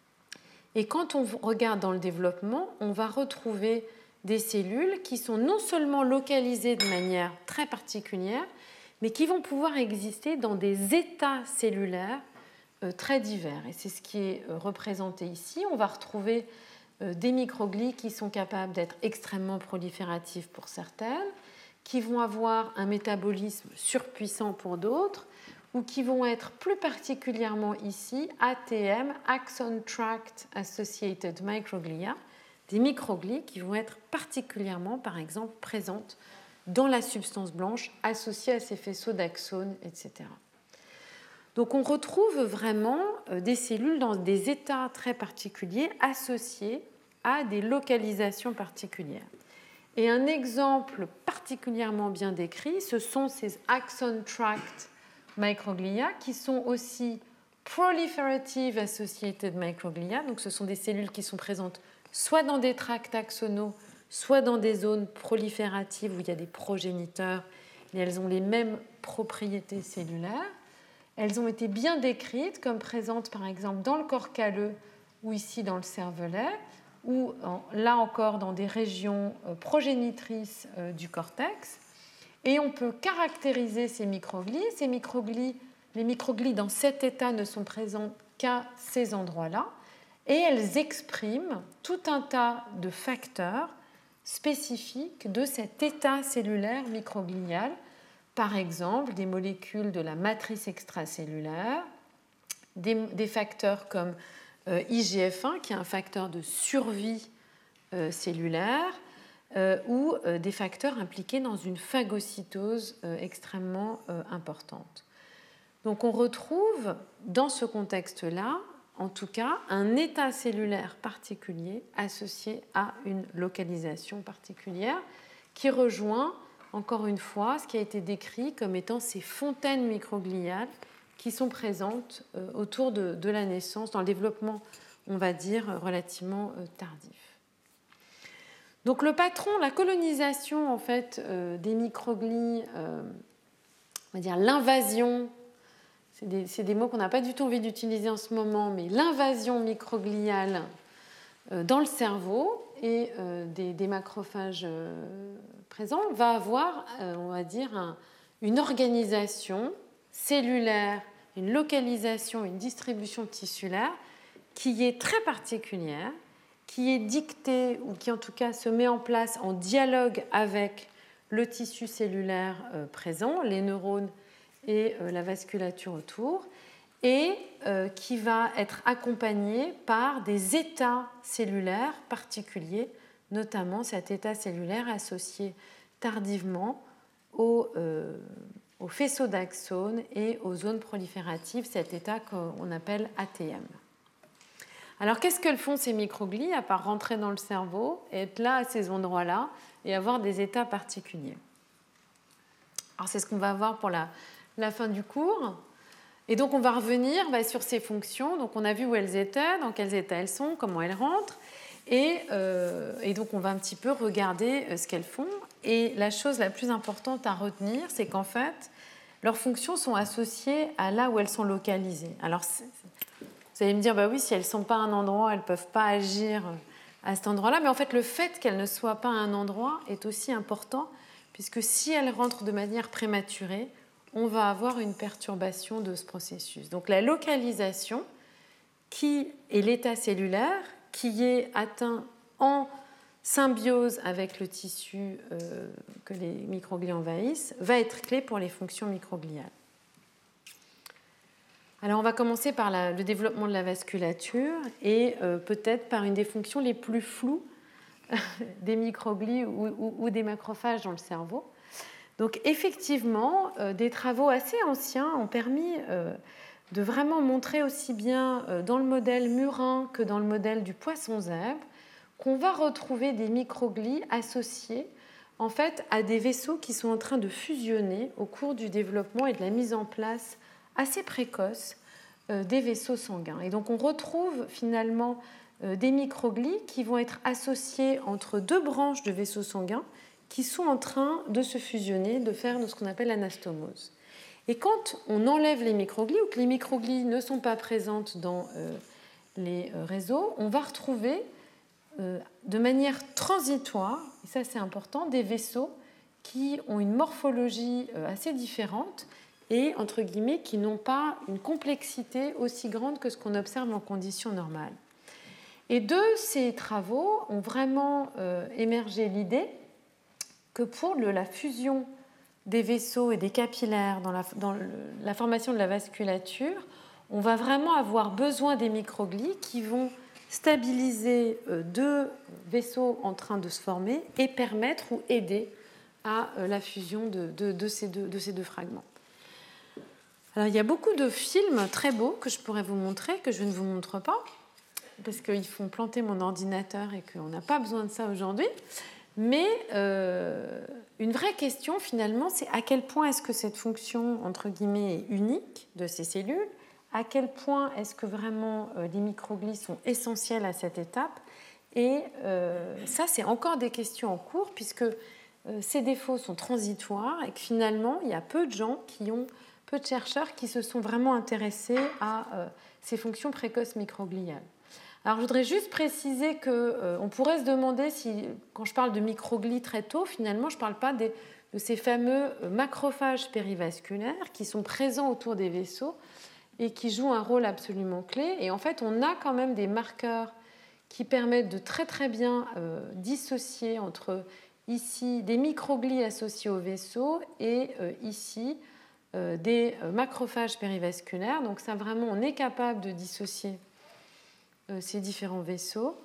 Et quand on regarde dans le développement, on va retrouver des cellules qui sont non seulement localisées de manière très particulière, mais qui vont pouvoir exister dans des états cellulaires très divers. Et c'est ce qui est représenté ici. On va retrouver des microglies qui sont capables d'être extrêmement prolifératives pour certaines, qui vont avoir un métabolisme surpuissant pour d'autres, ou qui vont être plus particulièrement ici ATM, Axon Tract Associated Microglia, des microglies qui vont être particulièrement, par exemple, présentes dans la substance blanche associée à ces faisceaux d'axones, etc. Donc on retrouve vraiment des cellules dans des états très particuliers associés à des localisations particulières. Et un exemple particulièrement bien décrit, ce sont ces axon tract microglia qui sont aussi proliferative associated microglia. Donc ce sont des cellules qui sont présentes soit dans des tracts axonaux, soit dans des zones prolifératives où il y a des progéniteurs et elles ont les mêmes propriétés cellulaires. Elles ont été bien décrites comme présentes par exemple dans le corps calleux ou ici dans le cervelet, ou là encore dans des régions progénitrices du cortex. Et on peut caractériser ces microglies. Les microglies dans cet état ne sont présentes qu'à ces endroits-là. Et elles expriment tout un tas de facteurs spécifiques de cet état cellulaire microglial. Par exemple, des molécules de la matrice extracellulaire, des facteurs comme IGF-1, qui est un facteur de survie cellulaire, ou des facteurs impliqués dans une phagocytose extrêmement importante. Donc on retrouve dans ce contexte-là, en tout cas, un état cellulaire particulier associé à une localisation particulière qui rejoint, encore une fois, ce qui a été décrit comme étant ces fontaines microgliales qui sont présentes autour de la naissance, dans le développement, on va dire, relativement tardif. Donc le patron, la colonisation en fait, des microglies, on va dire l'invasion, c'est des mots qu'on n'a pas du tout envie d'utiliser en ce moment, mais l'invasion microgliale dans le cerveau et des macrophages présents va avoir, on va dire, une organisation cellulaire, une localisation, une distribution tissulaire qui est très particulière, qui est dictée ou qui en tout cas se met en place en dialogue avec le tissu cellulaire présent, les neurones et la vasculature autour, et qui va être accompagnée par des états cellulaires particuliers, notamment cet état cellulaire associé tardivement aux faisceaux d'axones et aux zones prolifératives, cet état qu'on appelle ATM. Alors qu'est-ce que font ces microglies à part rentrer dans le cerveau et être là à ces endroits-là et avoir des états particuliers? Alors c'est ce qu'on va voir pour la fin du cours. Et donc on va revenir sur ces fonctions. Donc on a vu où elles étaient, dans quels états elles sont, comment elles rentrent. Et donc on va un petit peu regarder ce qu'elles font. Et la chose la plus importante à retenir, c'est qu'en fait, leurs fonctions sont associées à là où elles sont localisées. Alors vous allez me dire, bah oui, si elles ne sont pas à un endroit, elles ne peuvent pas agir à cet endroit-là. Mais en fait, le fait qu'elles ne soient pas à un endroit est aussi important, puisque si elles rentrent de manière prématurée, on va avoir une perturbation de ce processus. Donc la localisation, qui est l'état cellulaire, qui est atteint en symbiose avec le tissu que les microglies envahissent, va être clé pour les fonctions microgliales. Alors on va commencer par le développement de la vasculature et peut-être par une des fonctions les plus floues des microglies ou des macrophages dans le cerveau. Donc effectivement, des travaux assez anciens ont permis de vraiment montrer aussi bien dans le modèle murin que dans le modèle du poisson zèbre qu'on va retrouver des microglies associées en fait à des vaisseaux qui sont en train de fusionner au cours du développement et de la mise en place assez précoce des vaisseaux sanguins. Et donc on retrouve finalement des microglies qui vont être associés entre deux branches de vaisseaux sanguins qui sont en train de se fusionner, de faire ce qu'on appelle l'anastomose. Et quand on enlève les microglies ou que les microglies ne sont pas présentes dans les réseaux, on va retrouver de manière transitoire, et ça c'est important, des vaisseaux qui ont une morphologie assez différente et, entre guillemets, qui n'ont pas une complexité aussi grande que ce qu'on observe en conditions normales. Et de ces travaux ont vraiment émergé l'idée que pour la fusion des vaisseaux et des capillaires dans la formation de la vasculature, on va vraiment avoir besoin des microglies qui vont stabiliser deux vaisseaux en train de se former et permettre ou aider à la fusion de ces deux fragments. Alors, il y a beaucoup de films très beaux que je pourrais vous montrer, que je ne vous montre pas, parce qu'ils font planter mon ordinateur et qu'on n'a pas besoin de ça aujourd'hui. Mais une vraie question, finalement, c'est à quel point est-ce que cette fonction, entre guillemets, est unique de ces cellules, à quel point est-ce que vraiment les microglies sont essentielles à cette étape. Et ça, c'est encore des questions en cours, puisque ces défauts sont transitoires et que finalement, il y a peu de chercheurs qui se sont vraiment intéressés à ces fonctions précoces microgliales. Alors, je voudrais juste préciser qu'on pourrait se demander si, quand je parle de microglies très tôt, finalement, je ne parle pas de ces fameux macrophages périvasculaires qui sont présents autour des vaisseaux et qui jouent un rôle absolument clé. Et en fait, on a quand même des marqueurs qui permettent de très très bien dissocier entre ici des microglies associés aux vaisseaux et ici des macrophages périvasculaires. Donc ça, vraiment, on est capable de dissocier ces différents vaisseaux,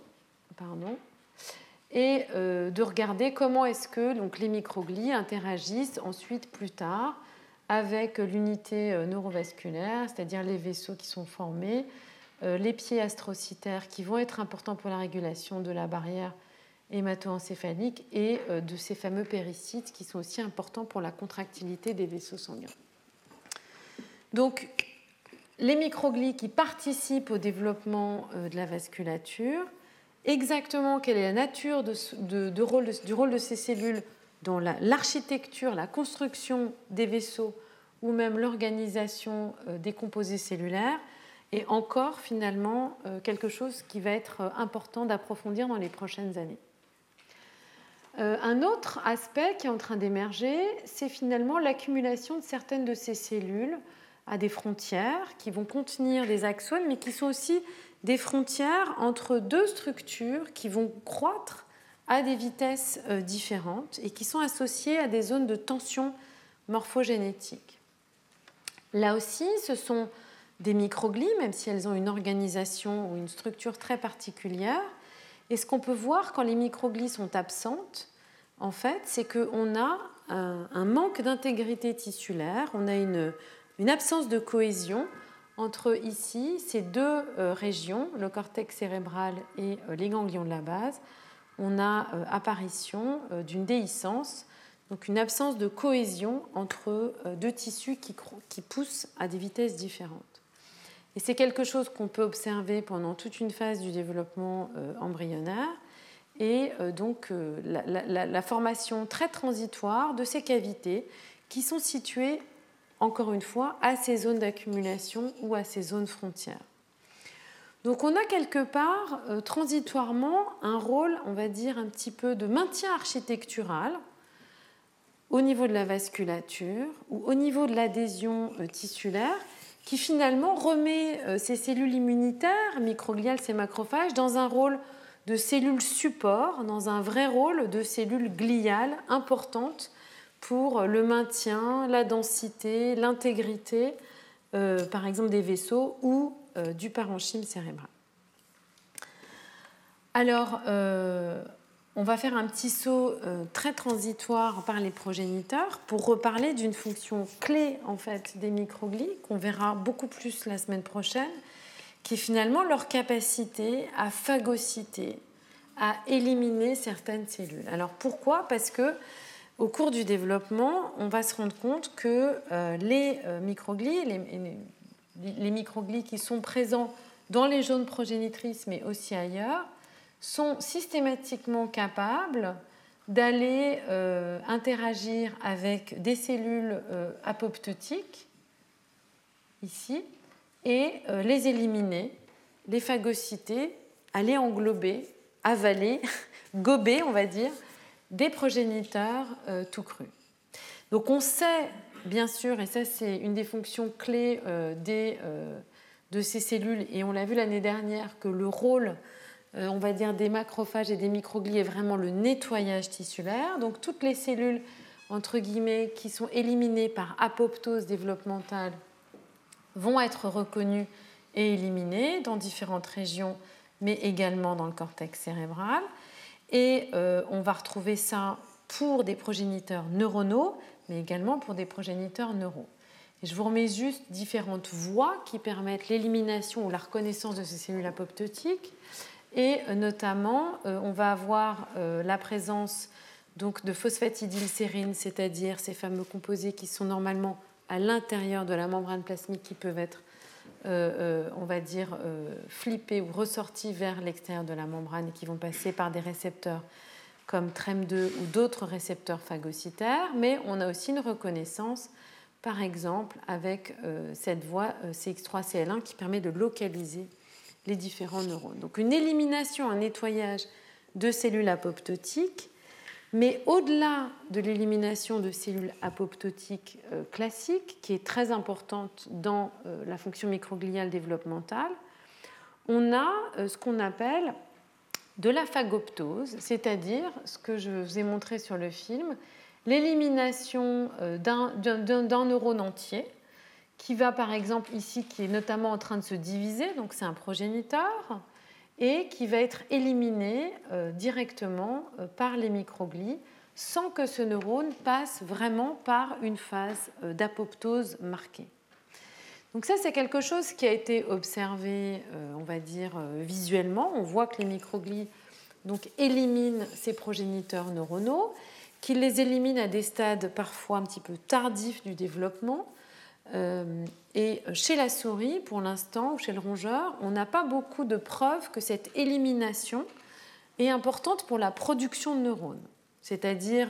et de regarder comment est-ce que donc, les microglies interagissent ensuite plus tard avec l'unité neurovasculaire, c'est-à-dire les vaisseaux qui sont formés, les pieds astrocytaires qui vont être importants pour la régulation de la barrière hémato-encéphalique et de ces fameux péricytes qui sont aussi importants pour la contractilité des vaisseaux sanguins. Donc, les microglies qui participent au développement de la vasculature, exactement quelle est la nature du rôle de ces cellules dans l'architecture, la construction des vaisseaux ou même l'organisation des composés cellulaires, est encore finalement quelque chose qui va être important d'approfondir dans les prochaines années. Un autre aspect qui est en train d'émerger, c'est finalement l'accumulation de certaines de ces cellules à des frontières qui vont contenir des axones, mais qui sont aussi des frontières entre deux structures qui vont croître à des vitesses différentes et qui sont associées à des zones de tension morphogénétique. Là aussi, ce sont des microglies, même si elles ont une organisation ou une structure très particulière. Et ce qu'on peut voir quand les microglies sont absentes, en fait, c'est qu'on a un manque d'intégrité tissulaire, on a une absence de cohésion entre ici ces deux régions, le cortex cérébral et les ganglions de la base. On a apparition d'une déhiscence, donc une absence de cohésion entre deux tissus qui poussent à des vitesses différentes. Et c'est quelque chose qu'on peut observer pendant toute une phase du développement embryonnaire et donc la formation très transitoire de ces cavités qui sont situées, encore une fois, à ces zones d'accumulation ou à ces zones frontières. Donc on a quelque part, transitoirement, un rôle, on va dire, un petit peu de maintien architectural au niveau de la vasculature ou au niveau de l'adhésion tissulaire qui finalement remet ces cellules immunitaires, microgliales, ces macrophages, dans un rôle de cellules support, dans un vrai rôle de cellules gliales importantes pour le maintien, la densité, l'intégrité, par exemple des vaisseaux ou du parenchyme cérébral. Alors, on va faire un petit saut très transitoire par les progéniteurs pour reparler d'une fonction clé en fait, des microglies, qu'on verra beaucoup plus la semaine prochaine, qui est finalement leur capacité à phagocyter, à éliminer certaines cellules. Alors pourquoi ? Parce que au cours du développement, on va se rendre compte que les microglies, les microglies qui sont présents dans les zones progénitrices, mais aussi ailleurs, sont systématiquement capables d'aller interagir avec des cellules apoptotiques, ici, et les éliminer, les phagocyter, aller englober, avaler, gober, on va dire, des progéniteurs tout crus. Donc on sait, bien sûr, et ça c'est une des fonctions clés de ces cellules, et on l'a vu l'année dernière, que le rôle, on va dire, des macrophages et des microglies est vraiment le nettoyage tissulaire. Donc toutes les cellules, entre guillemets, qui sont éliminées par apoptose développementale vont être reconnues et éliminées dans différentes régions, mais également dans le cortex cérébral. Et on va retrouver ça pour des progéniteurs neuronaux, mais également pour des progéniteurs neuraux. Et je vous remets juste différentes voies qui permettent l'élimination ou la reconnaissance de ces cellules apoptotiques. Et notamment, on va avoir la présence donc, de phosphatidylsérine, c'est-à-dire ces fameux composés qui sont normalement à l'intérieur de la membrane plasmique qui peuvent être, on va dire, flippés ou ressortis vers l'extérieur de la membrane et qui vont passer par des récepteurs comme TREM2 ou d'autres récepteurs phagocytaires, mais on a aussi une reconnaissance, par exemple, avec cette voie CX3CL1 qui permet de localiser les différents neurones. Donc une élimination, un nettoyage de cellules apoptotiques, mais au-delà de l'élimination de cellules apoptotiques classiques, qui est très importante dans la fonction microgliale développementale, on a ce qu'on appelle de la phagoptose, c'est-à-dire ce que je vous ai montré sur le film, l'élimination d'un neurone entier qui va par exemple ici, qui est notamment en train de se diviser, donc c'est un progéniteur, et qui va être éliminé directement par les microglies sans que ce neurone passe vraiment par une phase d'apoptose marquée. Donc ça, c'est quelque chose qui a été observé, on va dire, visuellement. On voit que les microglies donc, éliminent ces progéniteurs neuronaux, qu'ils les éliminent à des stades parfois un petit peu tardifs du développement. Et chez la souris, pour l'instant, ou chez le rongeur, on n'a pas beaucoup de preuves que cette élimination est importante pour la production de neurones. C'est-à-dire,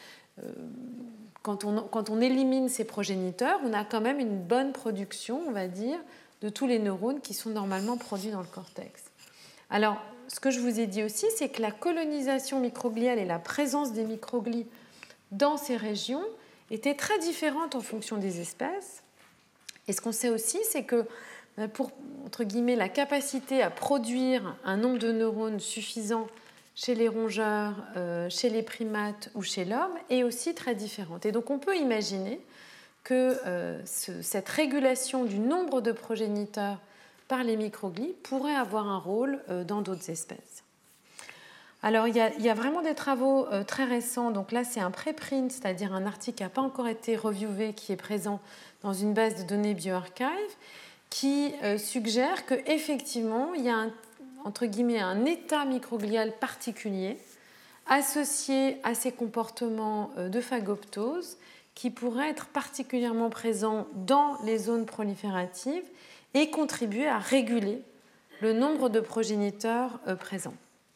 quand on élimine ces progéniteurs, on a quand même une bonne production, on va dire, de tous les neurones qui sont normalement produits dans le cortex. Alors, ce que je vous ai dit aussi, c'est que la colonisation microgliale et la présence des microglies dans ces régions étaient très différentes en fonction des espèces. Et ce qu'on sait aussi, c'est que pour, entre guillemets, la capacité à produire un nombre de neurones suffisant chez les rongeurs, chez les primates ou chez l'homme est aussi très différente. Et donc on peut imaginer que cette régulation du nombre de progéniteurs par les microglies pourrait avoir un rôle dans d'autres espèces. Alors il y a vraiment des travaux très récents, donc là c'est un préprint, c'est-à-dire un article qui n'a pas encore été reviewé, qui est présent dans une base de données bioarchive, qui suggère qu'effectivement il y a entre guillemets, un état microglial particulier associé à ces comportements de phagoptose qui pourraient être particulièrement présents dans les zones prolifératives et contribuer à réguler le nombre de progéniteurs présents.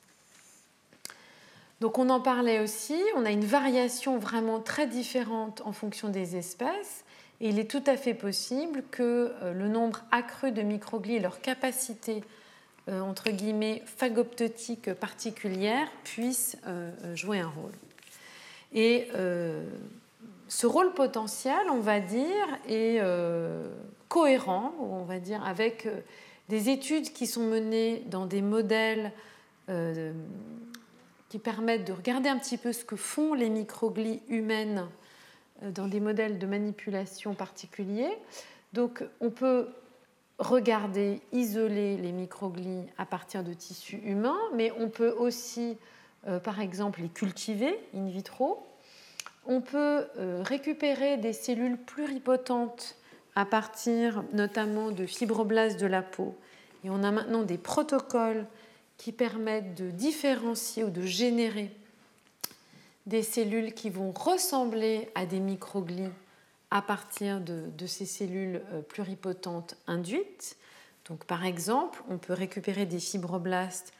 Donc on en parlait aussi, on a une variation vraiment très différente en fonction des espèces et il est tout à fait possible que le nombre accru de microglies et leur capacité entre guillemets phagoptotique particulière puissent jouer un rôle. Et ce rôle potentiel, on va dire, est cohérent, on va dire, avec des études qui sont menées dans des modèles qui permettent de regarder un petit peu ce que font les microglies humaines dans des modèles de manipulation particuliers. Donc on peut regarder, isoler les microglies à partir de tissus humains, mais on peut aussi, par exemple, les cultiver in vitro. On peut récupérer des cellules pluripotentes à partir notamment de fibroblastes de la peau. Et on a maintenant des protocoles qui permettent de différencier ou de générer des cellules qui vont ressembler à des microglies à partir de ces cellules pluripotentes induites. Donc, par exemple, on peut récupérer des fibroblastes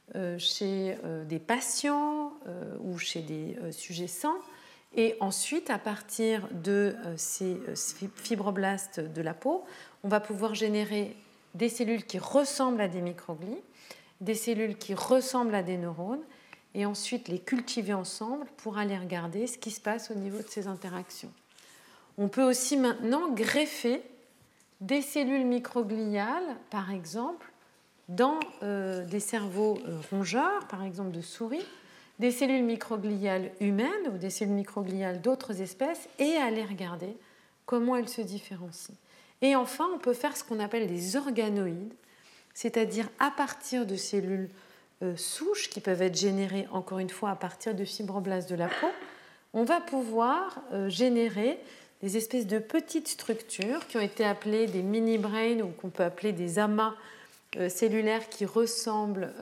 chez des patients ou chez des sujets sains. Et ensuite, à partir de ces fibroblastes de la peau, on va pouvoir générer des cellules qui ressemblent à des microglies, des cellules qui ressemblent à des neurones, et ensuite les cultiver ensemble pour aller regarder ce qui se passe au niveau de ces interactions. On peut aussi maintenant greffer des cellules microgliales, par exemple, dans des cerveaux rongeurs, par exemple de souris, des cellules microgliales humaines ou des cellules microgliales d'autres espèces et aller regarder comment elles se différencient. Et enfin, on peut faire ce qu'on appelle des organoïdes, c'est-à-dire à partir de cellules souches qui peuvent être générées, encore une fois, à partir de fibroblastes de la peau, on va pouvoir générer des espèces de petites structures qui ont été appelées des mini-brains ou qu'on peut appeler des amas cellulaires qui ressemblent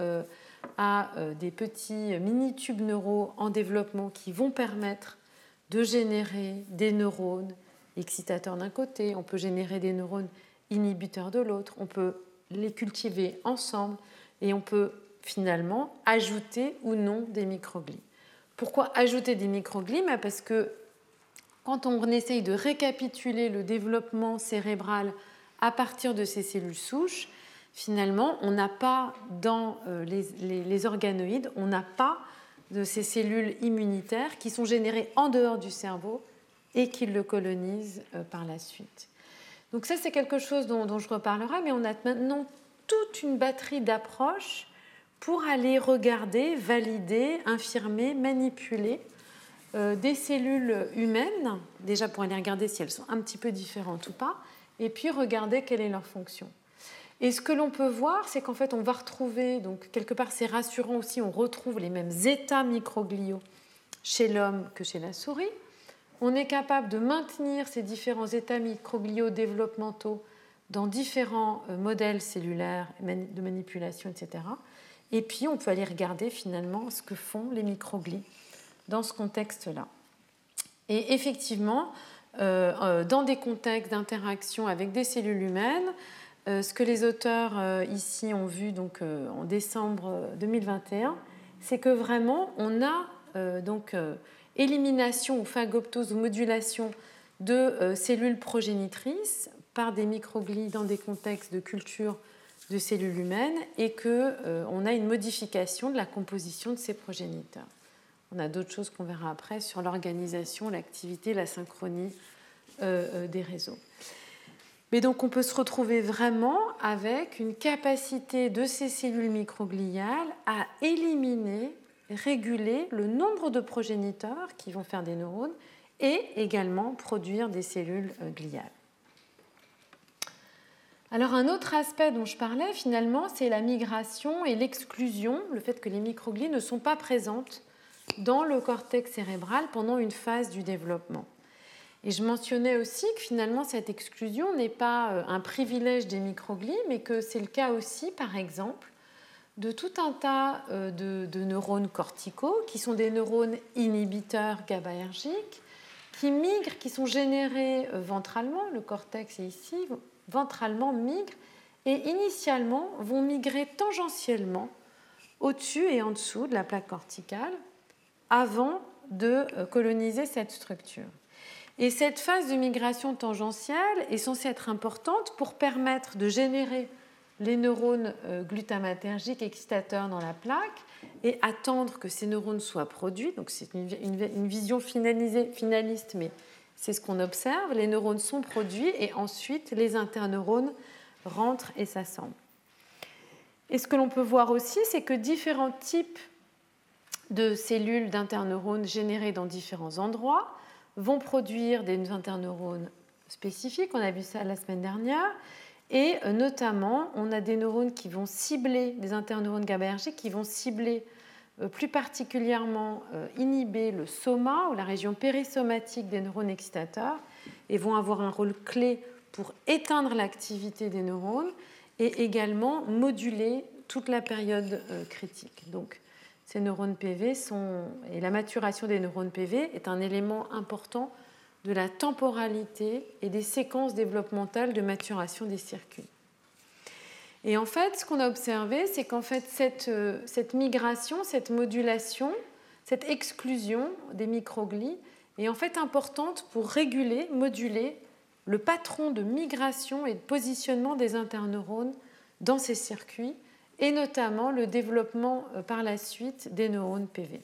à des petits mini-tubes neuraux en développement qui vont permettre de générer des neurones excitateurs d'un côté, on peut générer des neurones inhibiteurs de l'autre, on peut les cultiver ensemble et on peut finalement ajouter ou non des microglies. Pourquoi ajouter des microglies ? Parce que quand on essaye de récapituler le développement cérébral à partir de ces cellules souches, finalement, on n'a pas dans les organoïdes, on n'a pas de ces cellules immunitaires qui sont générées en dehors du cerveau et qui le colonisent par la suite. Donc ça, c'est quelque chose dont je reparlerai, mais on a maintenant toute une batterie d'approches pour aller regarder, valider, infirmer, manipuler des cellules humaines, déjà pour aller regarder si elles sont un petit peu différentes ou pas, et puis regarder quelle est leur fonction. Et ce que l'on peut voir, c'est qu'en fait, on va retrouver, donc quelque part c'est rassurant aussi, on retrouve les mêmes états microgliaux chez l'homme que chez la souris. On est capable de maintenir ces différents états microgliaux développementaux dans différents modèles cellulaires de manipulation, etc. Et puis, on peut aller regarder finalement ce que font les microglies dans ce contexte-là. Et effectivement, dans des contextes d'interaction avec des cellules humaines, ce que les auteurs ici ont vu donc, en décembre 2021, c'est que vraiment, on a élimination ou phagoptose ou modulation de cellules progénitrices par des microglies dans des contextes de culture de cellules humaines et qu'on a une modification de la composition de ces progéniteurs. On a d'autres choses qu'on verra après sur l'organisation, l'activité, la synchronie des réseaux. Mais donc on peut se retrouver vraiment avec une capacité de ces cellules microgliales à éliminer, réguler le nombre de progéniteurs qui vont faire des neurones et également produire des cellules gliales. Alors un autre aspect dont je parlais finalement, c'est la migration et l'exclusion, le fait que les microglies ne sont pas présentes dans le cortex cérébral pendant une phase du développement. Et je mentionnais aussi que finalement cette exclusion n'est pas un privilège des microglies, mais que c'est le cas aussi, par exemple, de tout un tas de neurones corticaux, qui sont des neurones inhibiteurs GABAergiques, qui migrent, qui sont générés ventralement, le cortex est ici, ventralement migrent, et initialement vont migrer tangentiellement au-dessus et en dessous de la plaque corticale, avant de coloniser cette structure. Et cette phase de migration tangentielle est censée être importante pour permettre de générer les neurones glutamatergiques excitateurs dans la plaque et attendre que ces neurones soient produits. Donc c'est une vision finaliste, mais c'est ce qu'on observe. Les neurones sont produits et ensuite les interneurones rentrent et s'assemblent. Et ce que l'on peut voir aussi, c'est que différents types de cellules d'interneurones générées dans différents endroits vont produire des interneurones spécifiques, on a vu ça la semaine dernière, et notamment on a des neurones qui vont cibler, des interneurones GABAergiques qui vont cibler plus particulièrement inhiber le soma ou la région périsomatique des neurones excitateurs et vont avoir un rôle clé pour éteindre l'activité des neurones et également moduler toute la période critique. Donc, ces neurones PV et la maturation des neurones PV est un élément important de la temporalité et des séquences développementales de maturation des circuits. Et en fait, ce qu'on a observé, c'est qu'en fait, cette migration, cette modulation, cette exclusion des microglies est en fait importante pour réguler, moduler le patron de migration et de positionnement des interneurones dans ces circuits, et notamment le développement par la suite des neurones PV.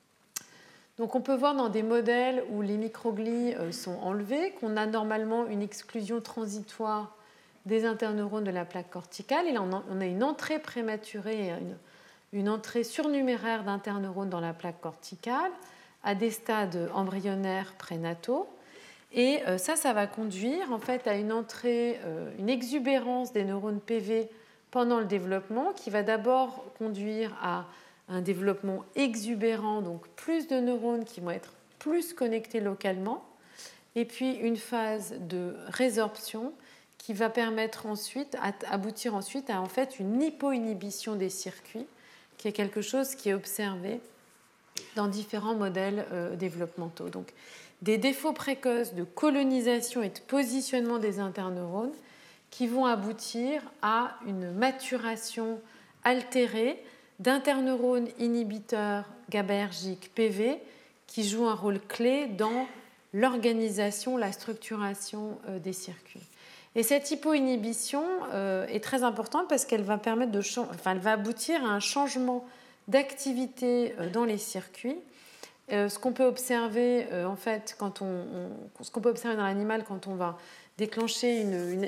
Donc on peut voir dans des modèles où les microglies sont enlevés qu'on a normalement une exclusion transitoire des interneurones de la plaque corticale, et là on a une entrée prématurée, une entrée surnuméraire d'interneurones dans la plaque corticale à des stades embryonnaires prénataux. Et ça va conduire en fait à une entrée, une exubérance des neurones PV pendant le développement, qui va d'abord conduire à un développement exubérant, donc plus de neurones qui vont être plus connectés localement, et puis une phase de résorption qui va permettre ensuite, aboutir ensuite à en fait une hypoinhibition des circuits, qui est quelque chose qui est observé dans différents modèles développementaux. Donc, des défauts précoces de colonisation et de positionnement des interneurones qui vont aboutir à une maturation altérée d'interneurones inhibiteurs GABAergiques PV qui jouent un rôle clé dans l'organisation, la structuration des circuits. Et cette hypoinhibition est très importante parce qu'elle va permettre elle va aboutir à un changement d'activité dans les circuits. Ce qu'on peut observer en fait ce qu'on peut observer dans l'animal quand on va déclencher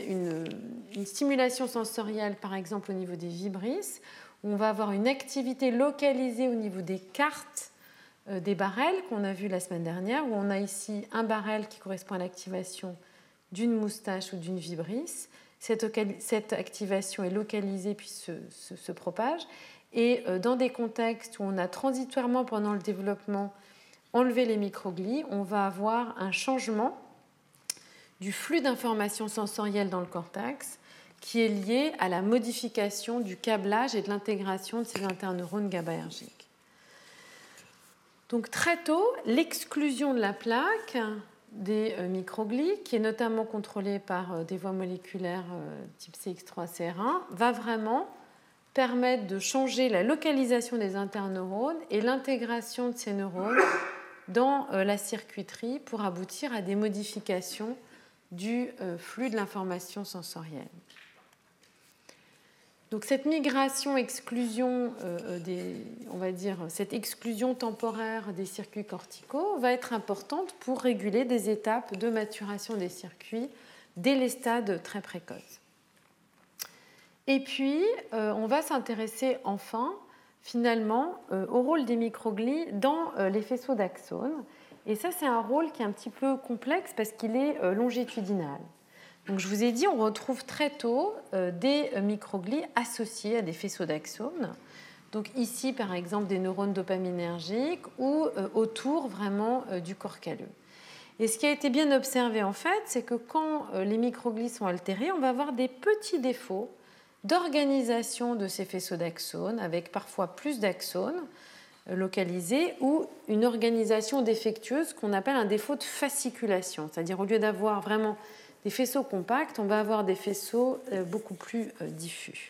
une stimulation sensorielle, par exemple au niveau des vibrisses, où on va avoir une activité localisée au niveau des cartes des barrels qu'on a vu la semaine dernière, où on a ici un barrel qui correspond à l'activation d'une moustache ou d'une vibrisse. Cette activation est localisée puis se propage. Et dans des contextes où on a transitoirement pendant le développement enlevé les microglies, on va avoir un changement du flux d'informations sensorielles dans le cortex qui est lié à la modification du câblage et de l'intégration de ces interneurones GABAergiques. Donc très tôt, l'exclusion de la plaque des microglies, qui est notamment contrôlée par des voies moléculaires type CX3-CR1, va vraiment permettre de changer la localisation des interneurones et l'intégration de ces neurones dans la circuiterie pour aboutir à des modifications du flux de l'information sensorielle. Donc cette migration-exclusion, on va dire cette exclusion temporaire des circuits corticaux va être importante pour réguler des étapes de maturation des circuits dès les stades très précoces. Et puis, on va s'intéresser enfin, finalement, au rôle des microglies dans les faisceaux d'axones. Et ça, c'est un rôle qui est un petit peu complexe parce qu'il est longitudinal. Donc, je vous ai dit, on retrouve très tôt des microglies associés à des faisceaux d'axones. Donc ici, par exemple, des neurones dopaminergiques ou autour vraiment du corps calleux. Et ce qui a été bien observé, en fait, c'est que quand les microglies sont altérées, on va avoir des petits défauts d'organisation de ces faisceaux d'axones, avec parfois plus d'axones localisés, ou une organisation défectueuse qu'on appelle un défaut de fasciculation. C'est-à-dire, au lieu d'avoir vraiment des faisceaux compacts, on va avoir des faisceaux beaucoup plus diffus.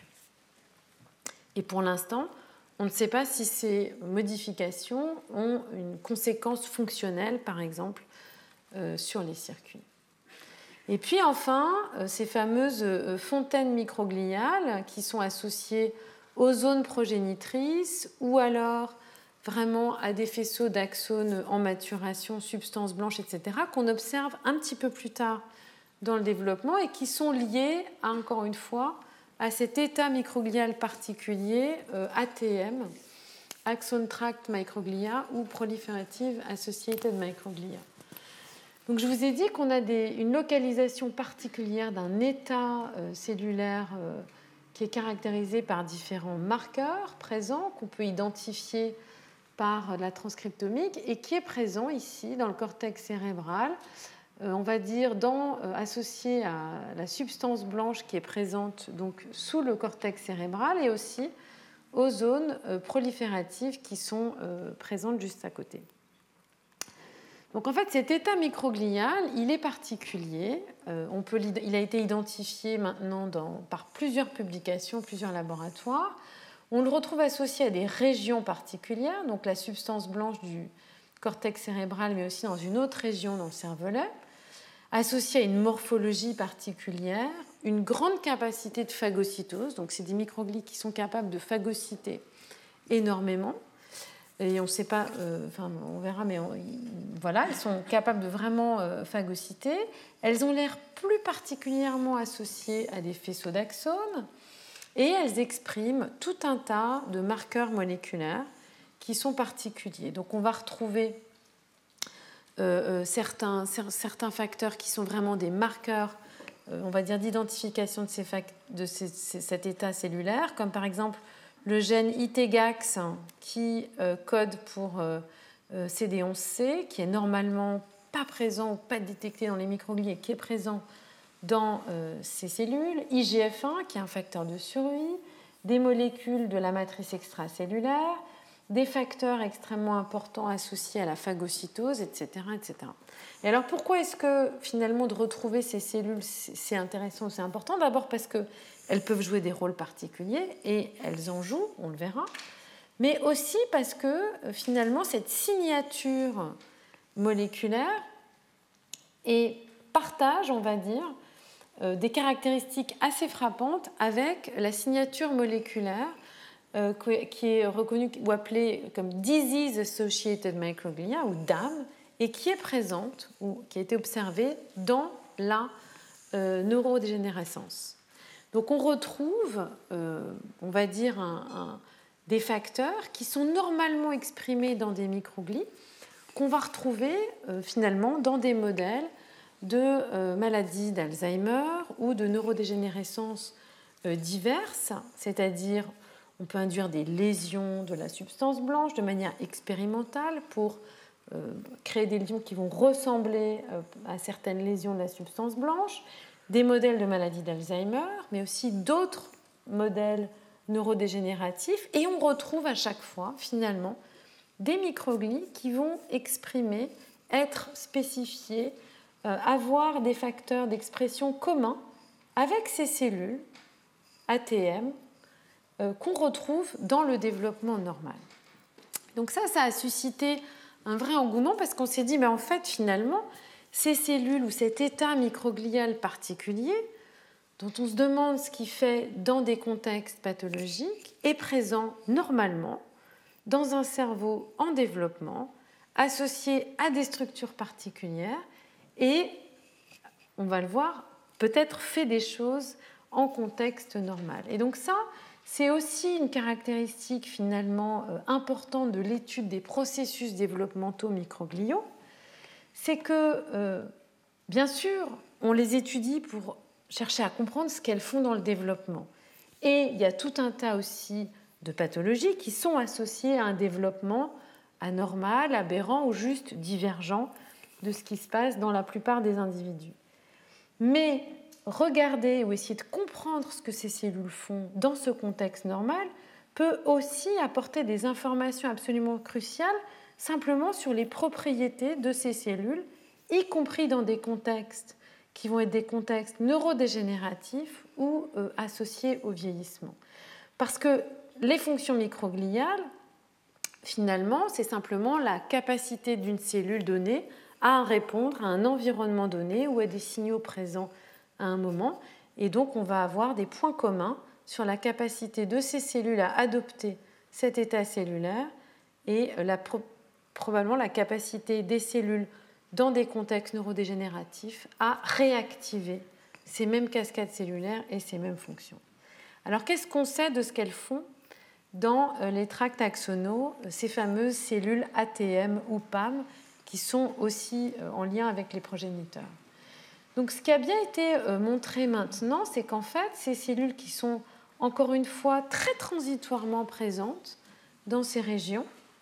Et pour l'instant, on ne sait pas si ces modifications ont une conséquence fonctionnelle, par exemple, sur les circuits. Et puis enfin, ces fameuses fontaines microgliales qui sont associées aux zones progénitrices ou alors vraiment à des faisceaux d'axones en maturation, substances blanches, etc., qu'on observe un petit peu plus tard dans le développement et qui sont liés, encore une fois, à cet état microglial particulier, ATM, Axon Tract Microglia ou Proliferative Associated Microglia. Donc je vous ai dit qu'on a une localisation particulière d'un état cellulaire qui est caractérisé par différents marqueurs présents qu'on peut identifier par la transcriptomique et qui est présent ici dans le cortex cérébral, on va dire associé à la substance blanche qui est présente donc sous le cortex cérébral et aussi aux zones prolifératives qui sont présentes juste à côté. Donc en fait, cet état microglial, il est particulier. Il a été identifié maintenant par plusieurs publications, plusieurs laboratoires. On le retrouve associé à des régions particulières, donc la substance blanche du cortex cérébral, mais aussi dans une autre région dans le cervelet, associé à une morphologie particulière, une grande capacité de phagocytose, donc c'est des microglies qui sont capables de phagocyter énormément, et on ne sait pas, on verra, mais voilà, elles sont capables de vraiment phagocyter. Elles ont l'air plus particulièrement associées à des faisceaux d'axones, et elles expriment tout un tas de marqueurs moléculaires qui sont particuliers. Donc on va retrouver certains facteurs qui sont vraiment des marqueurs, on va dire, d'identification de cet état cellulaire, comme par exemple le gène ITGAX qui code pour CD11C, qui est normalement pas présent ou pas détecté dans les microglies et qui est présent dans ces cellules, IGF-1 qui est un facteur de survie, des molécules de la matrice extracellulaire, des facteurs extrêmement importants associés à la phagocytose, etc., etc. Et alors pourquoi est-ce que finalement de retrouver ces cellules c'est intéressant, c'est important? D'abord parce qu'elles peuvent jouer des rôles particuliers, et elles en jouent, on le verra, mais aussi parce que finalement cette signature moléculaire partage, on va dire, des caractéristiques assez frappantes avec la signature moléculaire qui est reconnue ou appelée comme Disease Associated Microglia, ou DAM, et qui est présente ou qui a été observée dans la neurodégénérescence. Donc on retrouve, on va dire, des facteurs qui sont normalement exprimés dans des microglies, qu'on va retrouver finalement dans des modèles de maladies d'Alzheimer ou de neurodégénérescence diverses, c'est-à-dire on peut induire des lésions de la substance blanche de manière expérimentale pour créer des lésions qui vont ressembler à certaines lésions de la substance blanche, des modèles de maladies d'Alzheimer, mais aussi d'autres modèles neurodégénératifs, et on retrouve à chaque fois finalement des microglies qui vont exprimer, être spécifiés, avoir des facteurs d'expression communs avec ces cellules ATM qu'on retrouve dans le développement normal. Donc ça a suscité un vrai engouement parce qu'on s'est dit, mais en fait, finalement, ces cellules ou cet état microglial particulier, dont on se demande ce qu'il fait dans des contextes pathologiques, est présent normalement dans un cerveau en développement, associé à des structures particulières, et, on va le voir, peut-être fait des choses en contexte normal. Et donc ça, c'est aussi une caractéristique finalement importante de l'étude des processus développementaux microgliaux, c'est que, bien sûr, on les étudie pour chercher à comprendre ce qu'elles font dans le développement. Et il y a tout un tas aussi de pathologies qui sont associées à un développement anormal, aberrant ou juste divergent de ce qui se passe dans la plupart des individus. Mais regarder ou essayer de comprendre ce que ces cellules font dans ce contexte normal peut aussi apporter des informations absolument cruciales simplement sur les propriétés de ces cellules, y compris dans des contextes qui vont être des contextes neurodégénératifs ou associés au vieillissement. Parce que les fonctions microgliales, finalement, c'est simplement la capacité d'une cellule donnée à répondre à un environnement donné ou à des signaux présents à un moment. Et donc, on va avoir des points communs sur la capacité de ces cellules à adopter cet état cellulaire et probablement la capacité des cellules dans des contextes neurodégénératifs à réactiver ces mêmes cascades cellulaires et ces mêmes fonctions. Alors, qu'est-ce qu'on sait de ce qu'elles font dans les tracts axonaux, ces fameuses cellules ATM ou PAM, qui sont aussi en lien avec les progéniteurs? Donc, ce qui a bien été montré maintenant, c'est qu'en fait, ces cellules qui sont, encore une fois, très transitoirement présentes dans ces régions,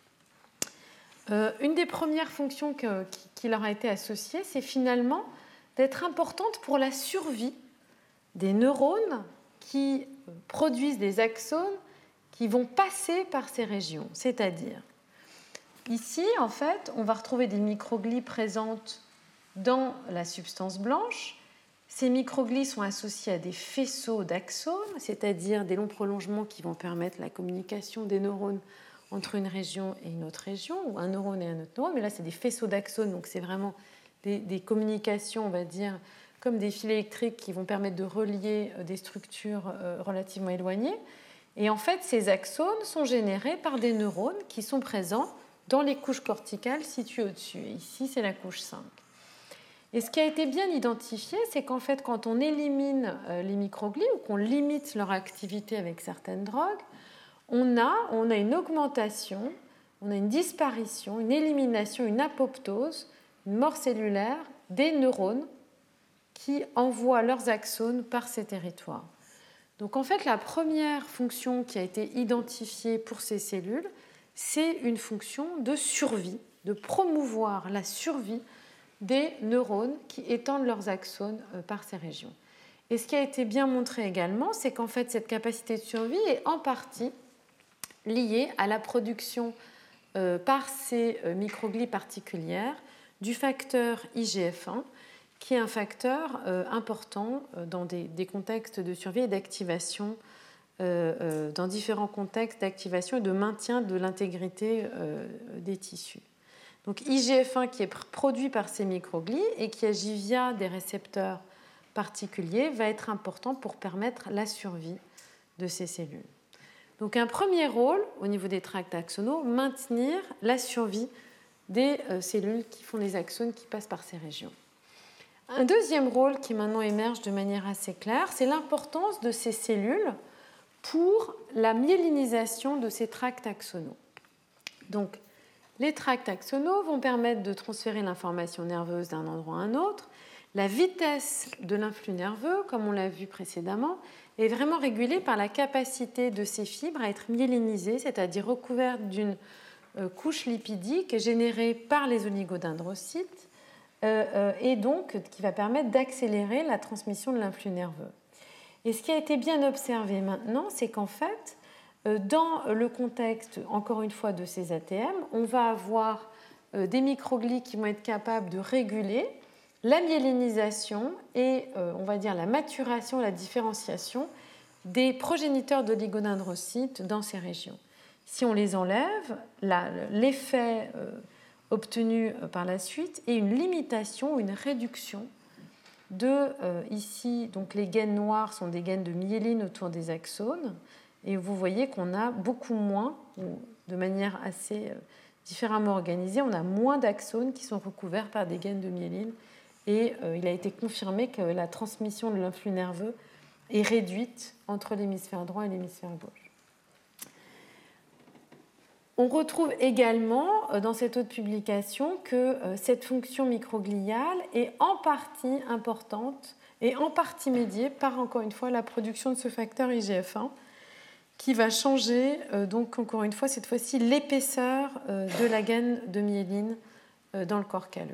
une des premières fonctions qui leur a été associée, c'est finalement d'être importante pour la survie des neurones qui produisent des axones qui vont passer par ces régions. C'est-à-dire, ici, en fait, on va retrouver des microglies présentes dans la substance blanche. Ces microglies sont associés à des faisceaux d'axones, c'est-à-dire des longs prolongements qui vont permettre la communication des neurones entre une région et une autre région, ou un neurone et un autre neurone. Mais là, c'est des faisceaux d'axones, donc c'est vraiment des communications, on va dire, comme des fils électriques qui vont permettre de relier des structures relativement éloignées. Et en fait, ces axones sont générés par des neurones qui sont présents dans les couches corticales situées au-dessus. Et ici, c'est la couche 5. Et ce qui a été bien identifié, c'est qu'en fait, quand on élimine les microglies ou qu'on limite leur activité avec certaines drogues, on a une augmentation, on a une disparition, une élimination, une apoptose, une mort cellulaire des neurones qui envoient leurs axones par ces territoires. Donc en fait, la première fonction qui a été identifiée pour ces cellules, c'est une fonction de survie, de promouvoir la survie des neurones qui étendent leurs axones par ces régions. Et ce qui a été bien montré également, c'est qu'en fait, cette capacité de survie est en partie liée à la production par ces microglies particulières du facteur IGF-1, qui est un facteur important dans des contextes de survie et d'activation, dans différents contextes d'activation et de maintien de l'intégrité des tissus. Donc IGF-1 qui est produit par ces microglies et qui agit via des récepteurs particuliers va être important pour permettre la survie de ces cellules. Donc un premier rôle au niveau des tracts axonaux, maintenir la survie des cellules qui font les axones qui passent par ces régions. Un deuxième rôle qui maintenant émerge de manière assez claire, c'est l'importance de ces cellules pour la myélinisation de ces tracts axonaux. Donc les tracts axonaux vont permettre de transférer l'information nerveuse d'un endroit à un autre. La vitesse de l'influx nerveux, comme on l'a vu précédemment, est vraiment régulée par la capacité de ces fibres à être myélinisées, c'est-à-dire recouvertes d'une couche lipidique générée par les oligodendrocytes et donc qui va permettre d'accélérer la transmission de l'influx nerveux. Et ce qui a été bien observé maintenant, c'est qu'en fait, dans le contexte, encore une fois, de ces ATM, on va avoir des microglies qui vont être capables de réguler la myélinisation et, on va dire, la maturation, la différenciation des progéniteurs d'oligodendrocytes dans ces régions. Si on les enlève, l'effet obtenu par la suite est une limitation, une réduction de, ici, donc les gaines noires sont des gaines de myéline autour des axones, et vous voyez qu'on a beaucoup moins, ou de manière assez différemment organisée, on a moins d'axones qui sont recouverts par des gaines de myéline, et il a été confirmé que la transmission de l'influx nerveux est réduite entre l'hémisphère droit et l'hémisphère gauche. On retrouve également dans cette autre publication que cette fonction microgliale est en partie importante et en partie médiée par, encore une fois, la production de ce facteur IGF-1 qui va changer, donc encore une fois, cette fois-ci, l'épaisseur de la gaine de myéline dans le corps calleux.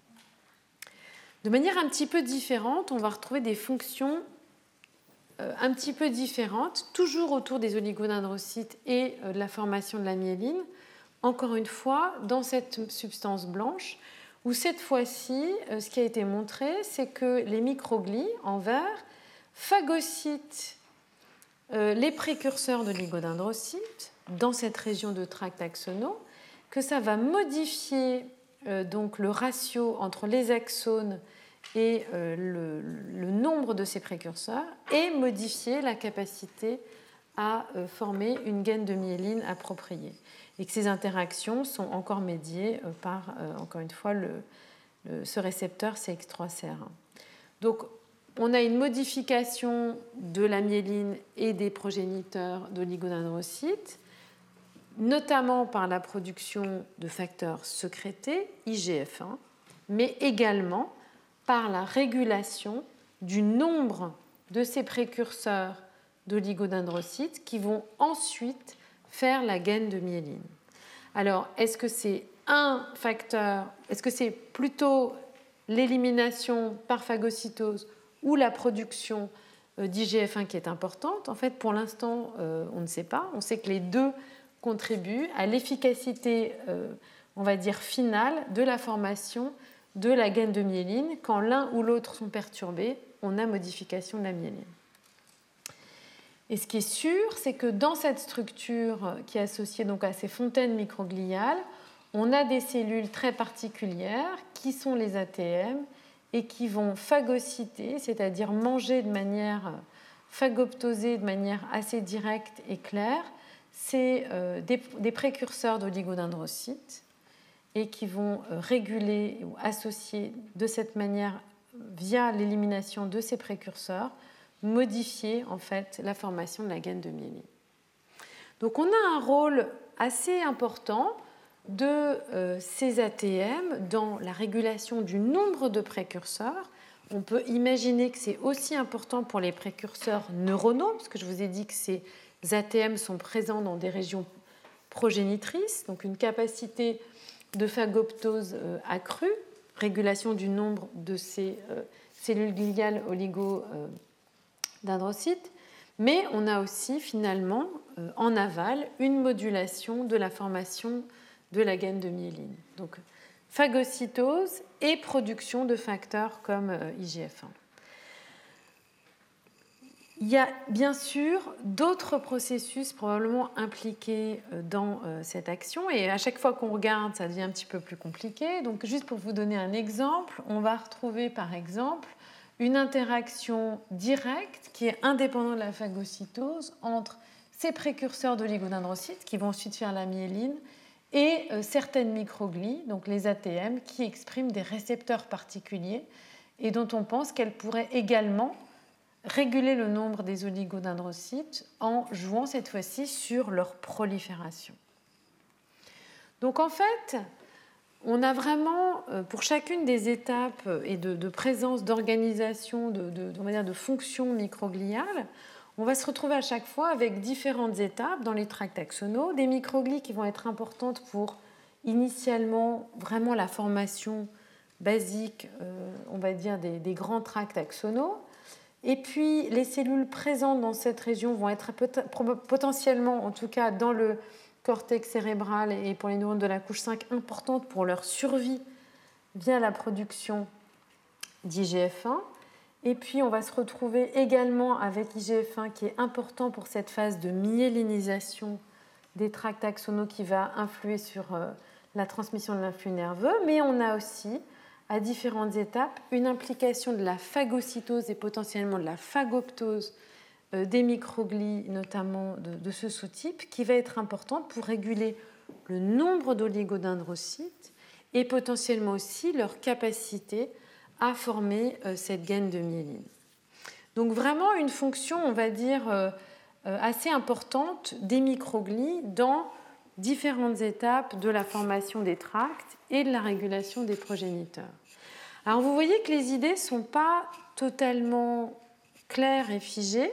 De manière un petit peu différente, on va retrouver des fonctions un petit peu différentes, toujours autour des oligodendrocytes et de la formation de la myéline, encore une fois, dans cette substance blanche, où cette fois-ci, ce qui a été montré, c'est que les microglies en vert phagocytent les précurseurs d'oligodendrocytes dans cette région de tracts axonaux, que ça va modifier donc le ratio entre les axones et le nombre de ces précurseurs et modifier la capacité à former une gaine de myéline appropriée. Et que ces interactions sont encore médiées par, encore une fois, ce récepteur CX3CR1. Donc, on a une modification de la myéline et des progéniteurs d'oligodendrocytes, notamment par la production de facteurs sécrétés, IGF-1, mais également par la régulation du nombre de ces précurseurs d'oligodendrocytes qui vont ensuite faire la gaine de myéline. Alors, est-ce que c'est un facteur, est-ce que c'est plutôt l'élimination par phagocytose ou la production d'IGF-1 qui est importante? En fait, pour l'instant, on ne sait pas. On sait que les deux contribuent à l'efficacité on va dire, finale de la formation de la gaine de myéline. Quand l'un ou l'autre sont perturbés, on a modification de la myéline. Et ce qui est sûr, c'est que dans cette structure qui est associée donc à ces fontaines microgliales, on a des cellules très particulières qui sont les ATM et qui vont phagocyter, c'est-à-dire manger de manière phagoptoser de manière assez directe et claire, c'est des précurseurs d'oligodendrocytes et qui vont réguler ou associer de cette manière, via l'élimination de ces précurseurs, modifier en fait la formation de la gaine de myéline. Donc on a un rôle assez important de ces ATM dans la régulation du nombre de précurseurs. On peut imaginer que c'est aussi important pour les précurseurs neuronaux, parce que je vous ai dit que ces ATM sont présents dans des régions progénitrices, donc une capacité de phagoptose accrue, régulation du nombre de ces cellules gliales oligodendrocytes, mais on a aussi finalement en aval une modulation de la formation de la gaine de myéline. Donc phagocytose et production de facteurs comme IGF-1. Il y a bien sûr d'autres processus probablement impliqués dans cette action et à chaque fois qu'on regarde, ça devient un petit peu plus compliqué. Donc juste pour vous donner un exemple, on va retrouver par exemple une interaction directe qui est indépendante de la phagocytose entre ces précurseurs d'oligodendrocytes qui vont ensuite faire la myéline et certaines microglies, donc les ATM, qui expriment des récepteurs particuliers et dont on pense qu'elles pourraient également réguler le nombre des oligodendrocytes en jouant cette fois-ci sur leur prolifération. Donc en fait, on a vraiment, pour chacune des étapes et de présence d'organisation, de fonctions microgliales, on va se retrouver à chaque fois avec différentes étapes dans les tracts axonaux, des microglies qui vont être importantes pour initialement vraiment la formation basique, on va dire, des grands tracts axonaux. Et puis les cellules présentes dans cette région vont être potentiellement, en tout cas dans le cortex cérébral et pour les neurones de la couche 5, importantes pour leur survie via la production d'IGF-1. Et puis on va se retrouver également avec IGF-1 qui est important pour cette phase de myélinisation des tracts axonaux qui va influer sur la transmission de l'influx nerveux, mais on a aussi à différentes étapes une implication de la phagocytose et potentiellement de la phagoptose des microglies, notamment de ce sous-type, qui va être importante pour réguler le nombre d'oligodendrocytes et potentiellement aussi leur capacité à former cette gaine de myéline. Donc vraiment une fonction, on va dire, assez importante des microglies dans différentes étapes de la formation des tracts et de la régulation des progéniteurs. Alors vous voyez que les idées ne sont pas totalement claires et figées.